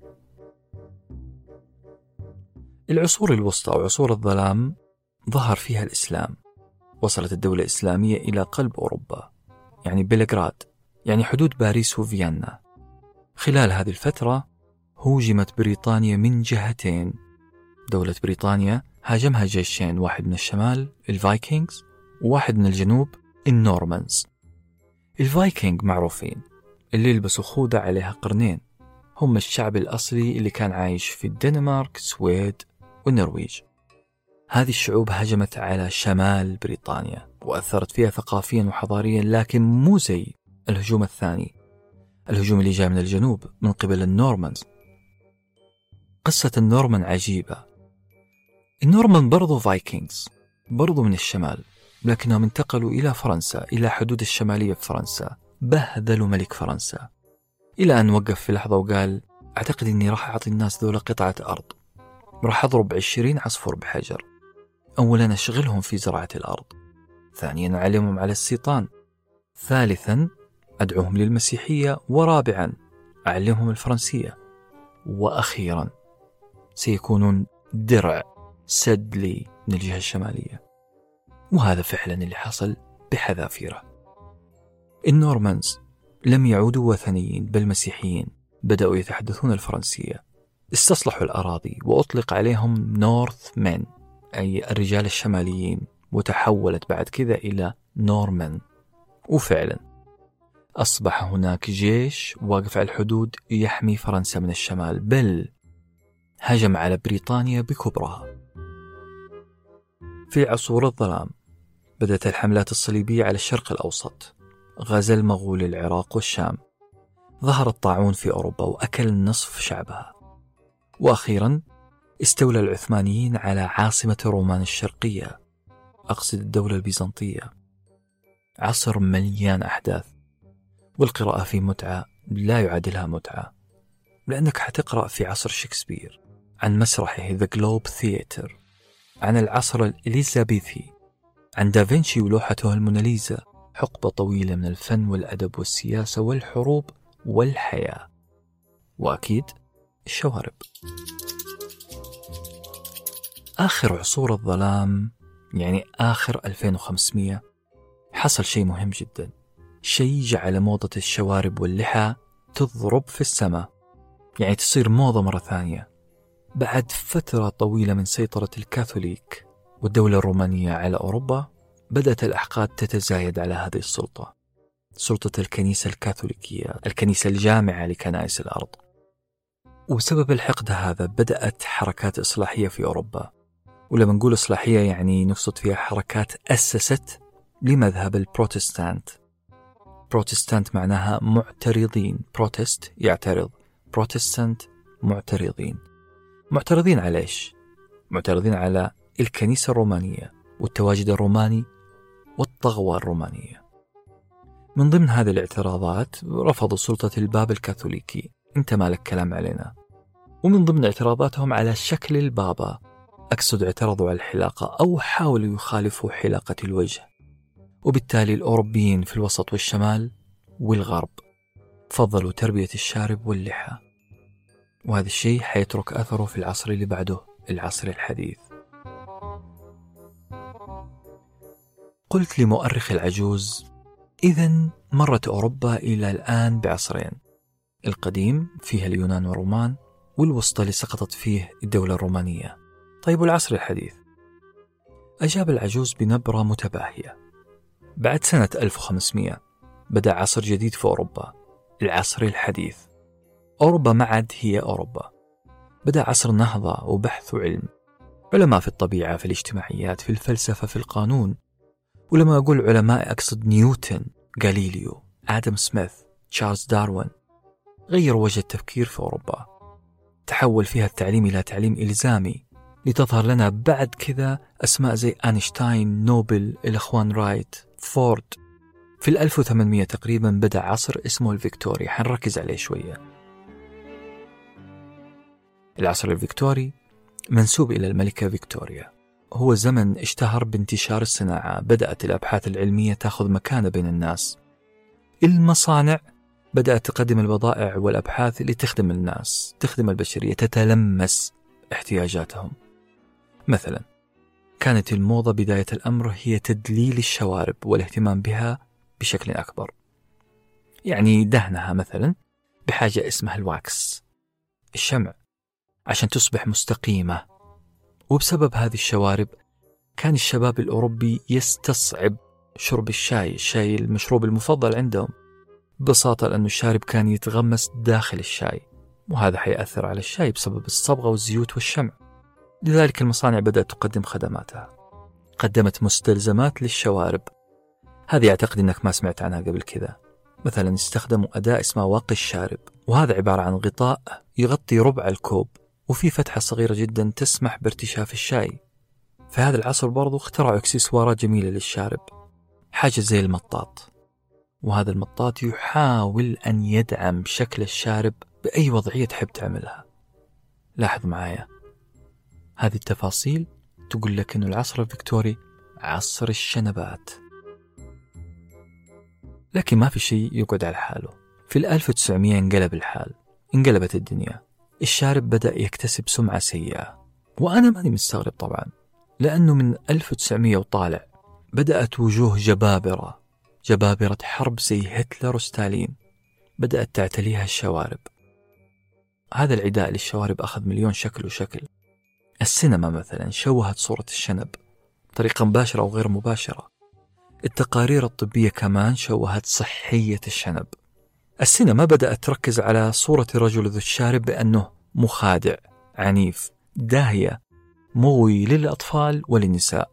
العصور الوسطى وعصور الظلام ظهر فيها الإسلام. وصلت الدولة الإسلامية إلى قلب أوروبا، يعني بلغراد، يعني حدود باريس وفيينا. خلال هذه الفترة هوجمت بريطانيا من جهتين. دولة بريطانيا هاجمها جيشين، واحد من الشمال الفايكنجز، وواحد من الجنوب النورمانز. الفايكنج معروفين، اللي يلبسوا خوذة عليها قرنين، هم الشعب الأصلي اللي كان عايش في الدنمارك، السويد والنرويج. هذه الشعوب هجمت على شمال بريطانيا وأثرت فيها ثقافيا وحضاريا، لكن مو زي الهجوم الثاني، الهجوم اللي جاء من الجنوب من قبل النورمانز. قصة النورمان عجيبة. النورمان برضو فايكنجز، برضو من الشمال، لكنهم انتقلوا إلى فرنسا، إلى حدود الشمالية في فرنسا، بهذلوا ملك فرنسا، إلى أن وقف في لحظة وقال: أعتقد أني راح أعطي الناس ذولا قطعة أرض، راح أضرب 20 عصفور بحجر. أولا أشغلهم في زراعة الأرض، ثانيا أعلمهم على السيطان، ثالثا أدعوهم للمسيحية، ورابعا أعلمهم الفرنسية، وأخيرا سيكونون درع سد لي من الجهة الشمالية. وهذا فعلا اللي حصل بحذافيره. النورمانز لم يعودوا وثنيين بل مسيحيين، بدأوا يتحدثون الفرنسية، استصلحوا الأراضي وأطلق عليهم نورث مان أي الرجال الشماليين، وتحولت بعد كذا إلى نورمان. وفعلا أصبح هناك جيش واقف على الحدود يحمي فرنسا من الشمال، بل هجم على بريطانيا بكبرها. في عصور الظلام بدأت الحملات الصليبية على الشرق الأوسط، غزا المغول العراق والشام، ظهر الطاعون في أوروبا وأكل نصف شعبها، وأخيرا استولى العثمانيين على عاصمة رومان الشرقية، أقصد الدولة البيزنطية. عصر مليان أحداث، والقراءة فيه متعة لا يعادلها متعة، لأنك حتقرأ في عصر شكسبير عن مسرحه The Globe Theatre، عن العصر الإليزابيثي، عن دافنشي ولوحته الموناليزا، حقبة طويلة من الفن والأدب والسياسة والحروب والحياة، وأكيد الشوارب. آخر عصور الظلام يعني آخر 2500 حصل شيء مهم جدا، شيء جعل موضة الشوارب واللحى تضرب في السماء، يعني تصير موضة مرة ثانية بعد فترة طويلة من سيطرة الكاثوليك والدولة الرومانية على أوروبا. بدأت الأحقاد تتزايد على هذه السلطة، سلطة الكنيسة الكاثوليكية، الكنيسة الجامعة لكنائس الأرض. وبسبب الحقد هذا بدأت حركات إصلاحية في أوروبا، ولما نقول إصلاحية يعني نقصد فيها حركات أسست لمذهب البروتستانت. بروتستانت معناها معترضين، بروتست يعترض، بروتستانت معترضين. معترضين على إيش؟ معترضين على الكنيسة الرومانية والتواجد الروماني والطغوة الرومانية. من ضمن هذه الاعتراضات رفضوا سلطة الباب الكاثوليكي، انت مالك كلام علينا. ومن ضمن اعتراضاتهم على شكل البابا، أقصد اعترضوا على الحلاقة أو حاولوا يخالفوا حلاقة الوجه. وبالتالي الأوروبيين في الوسط والشمال والغرب فضلوا تربية الشارب واللحى، وهذا الشيء حيترك أثره في العصر اللي بعده، العصر الحديث. قلت لمؤرخ العجوز: إذن مرت أوروبا إلى الآن بعصرين، القديم فيها اليونان والرومان، والوسطى اللي سقطت فيه الدولة الرومانية. طيب والعصر الحديث؟ أجاب العجوز بنبرة متباهية: بعد سنة 1500 بدأ عصر جديد في أوروبا، العصر الحديث. أوروبا ما عاد هي أوروبا، بدأ عصر نهضة وبحث وعلم، علماء في الطبيعة، في الاجتماعيات، في الفلسفة، في القانون. ولما أقول علماء أقصد نيوتن، غاليليو، آدم سميث، تشارلز داروين. غيروا وجه التفكير في أوروبا، تحول فيها التعليم إلى تعليم إلزامي، لتظهر لنا بعد كذا أسماء زي أينشتاين، نوبل، الأخوان رايت، فورد. في 1800 تقريبا بدأ عصر اسمه الفيكتوري، حنركز عليه شوية. العصر الفيكتوري منسوب إلى الملكة فيكتوريا، هو زمن اشتهر بانتشار الصناعة، بدأت الأبحاث العلمية تأخذ مكانة بين الناس، المصانع بدأت تقدم البضائع والأبحاث اللي تخدم الناس، تخدم البشرية، تتلمس احتياجاتهم. مثلا كانت الموضة بداية الأمر هي تدليل الشوارب والاهتمام بها بشكل أكبر، يعني دهنها مثلا بحاجة اسمها الواكس، الشمع، عشان تصبح مستقيمة. وبسبب هذه الشوارب كان الشباب الأوروبي يستصعب شرب الشاي المشروب المفضل عندهم، ببساطة لأن الشارب كان يتغمس داخل الشاي، وهذا حيأثر على الشاي بسبب الصبغة والزيوت والشمع. لذلك المصانع بدأت تقدم خدماتها، قدمت مستلزمات للشوارب. هذه أعتقد أنك ما سمعت عنها قبل كذا. مثلا استخدموا أداة اسمها واقي الشارب، وهذا عبارة عن غطاء يغطي ربع الكوب، وفي فتحة صغيرة جدا تسمح بارتشاف الشاي. في هذا العصر برضو اخترعوا اكسسوارات جميلة للشارب، حاجة زي المطاط، وهذا المطاط يحاول أن يدعم شكل الشارب بأي وضعية تحب تعملها. لاحظ معايا، هذه التفاصيل تقول لك أنه العصر الفيكتوري عصر الشنبات. لكن ما في شيء يقعد على حاله. في 1900 انقلب الحال، انقلبت الدنيا. الشارب بدأ يكتسب سمعة سيئة، وأنا ماني مستغرب طبعا، لأنه من 1900 وطالع بدأت وجوه جبابرة حرب زي هتلر وستالين بدأت تعتليها الشوارب. هذا العداء للشوارب أخذ مليون شكل وشكل. السينما مثلا شوهت صورة الشنب بطريقة مباشرة أو غير مباشرة. التقارير الطبية كمان شوهت صحية الشنب. السينما بدأت تركز على صورة الرجل ذو الشارب بأنه مخادع، عنيف، داهية، مغوي للأطفال وللنساء.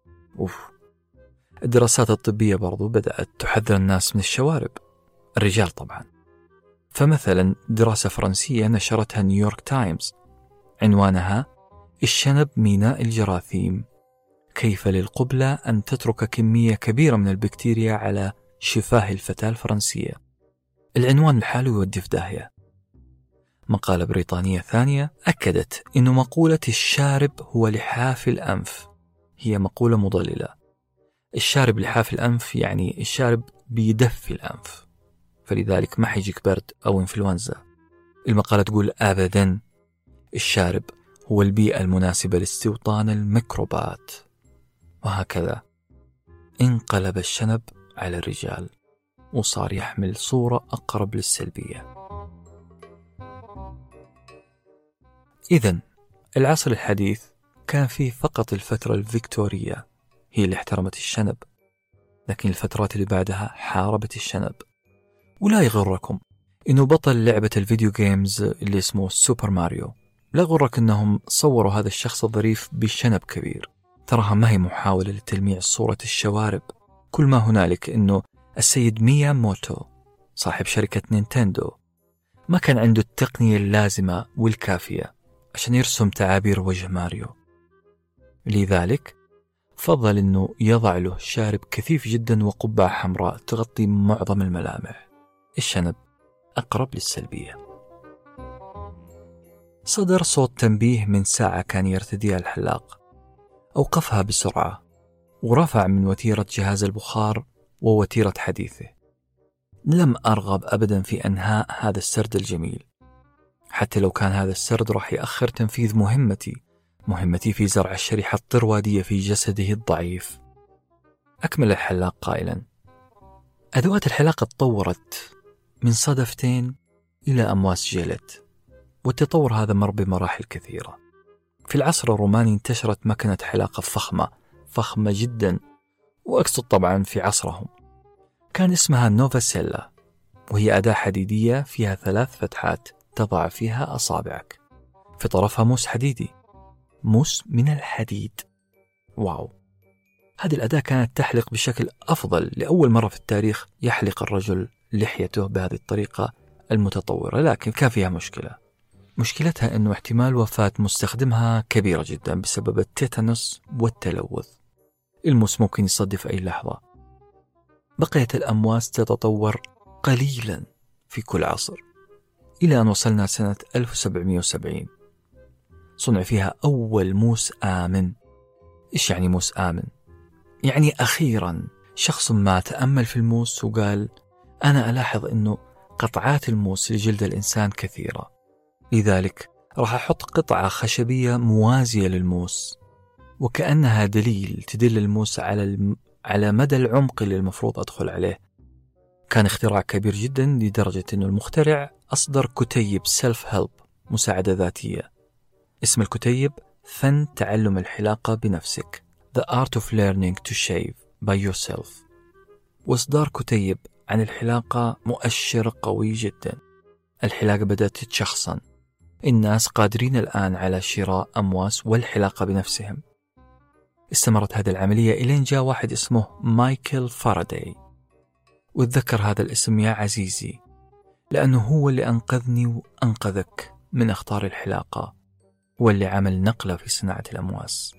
الدراسات الطبية برضو بدأت تحذر الناس من الشوارب، الرجال طبعا. فمثلا دراسة فرنسية نشرتها نيويورك تايمز عنوانها الشنب ميناء الجراثيم، كيف للقبلة أن تترك كمية كبيرة من البكتيريا على شفاه الفتاة الفرنسية. العنوان لحاله يودي في داهية. مقالة بريطانية ثانية أكدت أن مقولة الشارب هو لحاف الأنف هي مقولة مضللة. الشارب لحاف الأنف يعني الشارب بيدفي الأنف، فلذلك ما حيجيك برد أو إنفلونزا. المقالة تقول أبدا، الشارب هو البيئة المناسبة لاستوطان الميكروبات. وهكذا انقلب الشنب على الرجال وصار يحمل صورة أقرب للسلبية. إذن العصر الحديث كان فيه فقط الفترة الفيكتورية هي اللي احترمت الشنب، لكن الفترات اللي بعدها حاربت الشنب. ولا يغركم إنه بطل لعبة الفيديو جيمز اللي اسمه سوبر ماريو، لا يغرك إنهم صوروا هذا الشخص الظريف بشنب كبير. تراها ما هي محاولة لتلميع صورة الشوارب، كل ما هنالك إنه السيد مياموتو صاحب شركة نينتندو ما كان عنده التقنية اللازمة والكافية عشان يرسم تعابير وجه ماريو، لذلك فضل إنه يضع له شارب كثيف جدا وقبعة حمراء تغطي معظم الملامح. الشنب أقرب للسلبية. صدر صوت تنبيه من ساعة كان يرتديها الحلاق، أوقفها بسرعة ورفع من وتيرة جهاز البخار ووتيرة حديثه. لم أرغب أبدا في أنهاء هذا السرد الجميل، حتى لو كان هذا السرد راح يأخر تنفيذ مهمتي في زرع الشريحة الطروادية في جسده الضعيف. أكمل الحلاق قائلا: أدوات الحلاقة تطورت من صدفتين إلى أمواس جلد، والتطور هذا مر بمراحل كثيرة. في العصر الروماني انتشرت مكنة حلاقة فخمة جدا، وأقصد طبعا في عصرهم. كان اسمها نوفاسيلا، وهي أداة حديدية فيها 3 فتحات تضع فيها أصابعك، في طرفها موس حديدي، موس من الحديد. واو! هذه الأداة كانت تحلق بشكل أفضل. لأول مرة في التاريخ يحلق الرجل لحيته بهذه الطريقة المتطورة، لكن كان فيها مشكلتها أنه احتمال وفاة مستخدمها كبيرة جدا بسبب التيتانوس والتلوث. الموس ممكن يصدف أي لحظة. بقيت الأمواس تتطور قليلا في كل عصر، إلى أن وصلنا سنة 1770 صنع فيها أول موس آمن. إيش يعني موس آمن؟ يعني أخيرا شخص ما تأمل في الموس وقال: أنا ألاحظ أنه قطعات الموس لجلد الإنسان كثيرة، لذلك راح أحط قطعة خشبية موازية للموس، وكأنها دليل تدل الموس على مدى العمق اللي المفروض أدخل عليه. كان اختراع كبير جدا لدرجة أنه المخترع أصدر كتيب سيلف هيلب، مساعدة ذاتية. اسم الكتيب فن تعلم الحلاقة بنفسك، The Art of Learning to Shave by Yourself. وإصدار كتيب عن الحلاقة مؤشر قوي جدا. الحلاقة بدأت تتشخصن، الناس قادرين الآن على شراء أمواس والحلاقة بنفسهم. استمرت هذه العملية إلى أن جاء واحد اسمه مايكل فاراداي، واتذكر هذا الاسم يا عزيزي لأنه هو اللي أنقذني وأنقذك من أخطار الحلاقة، واللي عمل نقلة في صناعة الأمواس.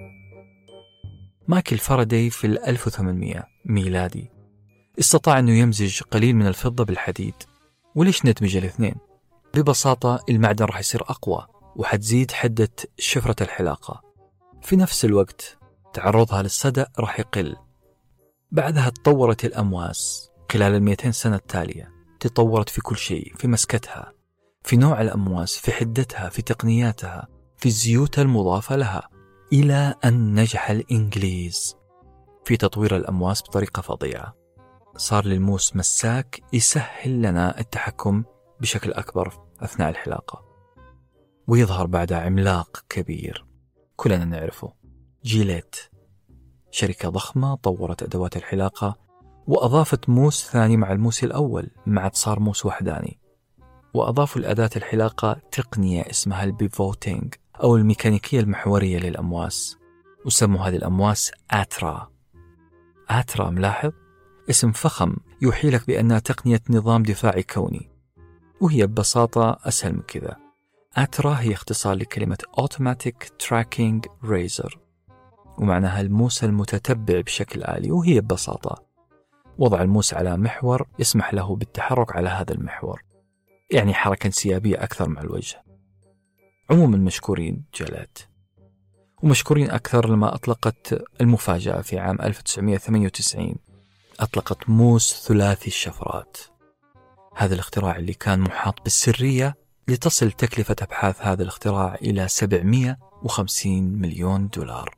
مايكل فاراداي في 1800 ميلادي استطاع أنه يمزج قليل من الفضة بالحديد. وليش ندمج الاثنين؟ ببساطة المعدن راح يصير أقوى، وحتزيد حدة شفرة الحلاقة. في نفس الوقت تعرضها للصدأ راح يقل. بعدها تطورت الأمواس خلال 200 سنة التالية، تطورت في كل شيء، في مسكتها، في نوع الأمواس، في حدتها، في تقنياتها، في الزيوت المضافة لها، إلى أن نجح الإنجليز في تطوير الأمواس بطريقة فظيعة. صار للموس مساك يسهل لنا التحكم بشكل أكبر أثناء الحلاقة. ويظهر بعدها عملاق كبير كلنا نعرفه، جيليت، شركة ضخمة طورت أدوات الحلاقة وأضافت موس ثاني مع الموس الأول، ما عاد صار موس وحداني. وأضافوا لأداة الحلاقة تقنية اسمها البيفوتينج أو الميكانيكية المحورية للأمواس، وسموا هذه الأمواس آترا. آترا، ملاحظ؟ اسم فخم يوحي لك بأنها تقنية نظام دفاعي كوني، وهي ببساطة أسهل من كذا. آترا هي اختصار لكلمة Automatic Tracking Razor، ومعناها الموس المتتبع بشكل آلي. وهي ببساطة وضع الموس على محور يسمح له بالتحرك على هذا المحور، يعني حركة انسيابية أكثر مع الوجه. عموما مشكورين جيليت، ومشكورين أكثر لما أطلقت المفاجأة في عام 1998. أطلقت موس ثلاثي الشفرات، هذا الاختراع اللي كان محاط بالسرية، لتصل تكلفة أبحاث هذا الاختراع إلى 750 مليون دولار.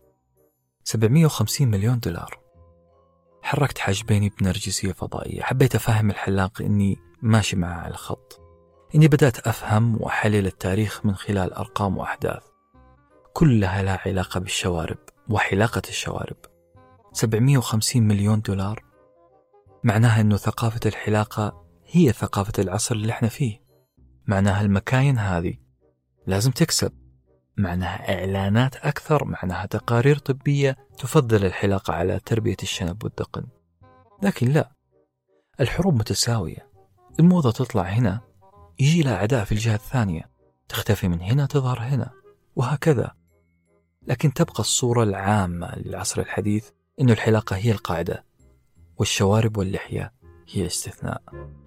750 مليون دولار. حركت حاجبيني بنرجسية فضائية، حبيت أفهم الحلاق إني ماشي معه على الخط، إني بدأت أفهم وأحلل التاريخ من خلال أرقام وأحداث كلها لها علاقة بالشوارب وحلاقة الشوارب. 750 مليون دولار معناها أنه ثقافة الحلاقة هي ثقافة العصر اللي احنا فيه. معناها المكاين هذه لازم تكسب، معناها إعلانات أكثر، معناها تقارير طبية تفضل الحلاقة على تربية الشنب والدقن. لكن لا، الحروب متساوية، الموضة تطلع هنا يجي لها أعداء في الجهة الثانية، تختفي من هنا تظهر هنا، وهكذا. لكن تبقى الصورة العامة للعصر الحديث إنه الحلاقة هي القاعدة والشوارب واللحية هي الاستثناء.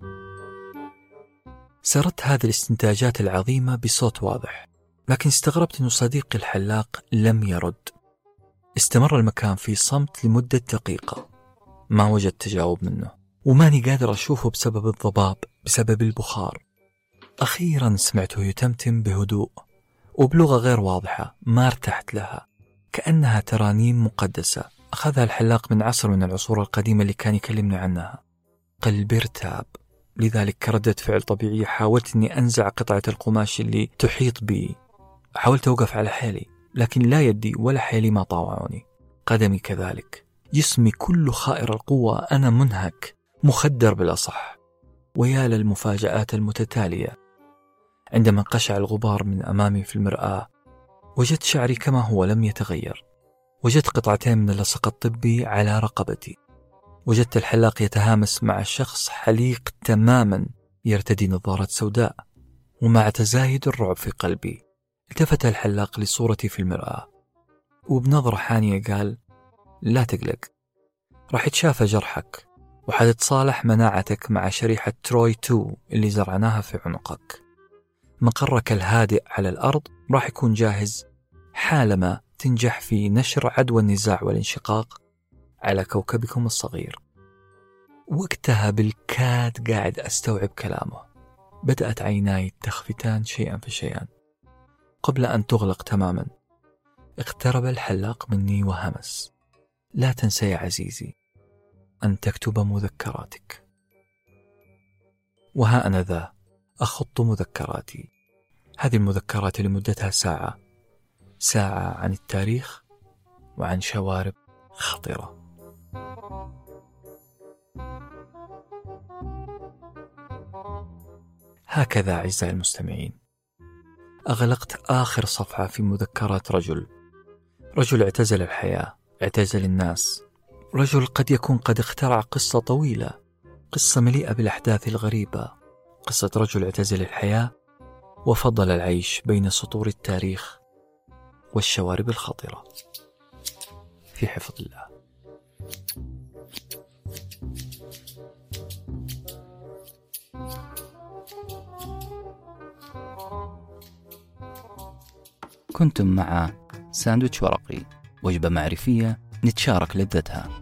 سردت هذه الاستنتاجات العظيمة بصوت واضح، لكن استغربت أن صديقي الحلاق لم يرد. استمر المكان في صمت لمدة دقيقة، ما وجد تجاوب منه، وماني قادر أشوفه بسبب الضباب، بسبب البخار. أخيرا سمعته يتمتم بهدوء وبلغة غير واضحة ما ارتحت لها، كأنها ترانيم مقدسة أخذها الحلاق من عصر من العصور القديمة اللي كان يكلمني عنها. قلبي ارتاب، لذلك كردة فعل طبيعية حاولت أني أنزع قطعة القماش اللي تحيط بي. حاولت أوقف على حيلي، لكن لا يدي ولا حيلي ما طاوعوني، قدمي كذلك، جسمي كله خائر القوة، أنا منهك، مخدر بالأصح. ويا للمفاجآت المتتالية. عندما انقشع الغبار من أمامي في المرآة، وجدت شعري كما هو لم يتغير، وجدت قطعتين من اللصق الطبي على رقبتي، وجدت الحلاق يتهامس مع شخص حليق تماما يرتدي نظارة سوداء. ومع تزايد الرعب في قلبي التفت الحلاق لصورتي في المرآة، وبنظرة حانية قال: لا تقلق، راح يتشافى جرحك، وحتتصالح مناعتك مع شريحة تروي 2 اللي زرعناها في عنقك. مقرك الهادئ على الأرض راح يكون جاهز حالما تنجح في نشر عدوى النزاع والانشقاق على كوكبكم الصغير. وقتها بالكاد قاعد أستوعب كلامه، بدأت عيناي تخفتان شيئا فشيئا قبل أن تغلق تماما. اقترب الحلاق مني وهمس: لا تنسى يا عزيزي أن تكتب مذكراتك. وها أنا ذا أخط مذكراتي، هذه المذكرات اللي مدتها ساعة عن التاريخ وعن شوارب خطرة. هكذا أعزائي المستمعين أغلقت آخر صفحة في مذكرات رجل اعتزل الحياة، اعتزل الناس، رجل قد يكون قد اخترع قصة طويلة، قصة مليئة بالأحداث الغريبة، قصة رجل اعتزل الحياة وفضل العيش بين سطور التاريخ والشوارب الخطرة. في حفظ الله. كنتم مع ساندويتش ورقي، وجبة معرفية نتشارك لذتها.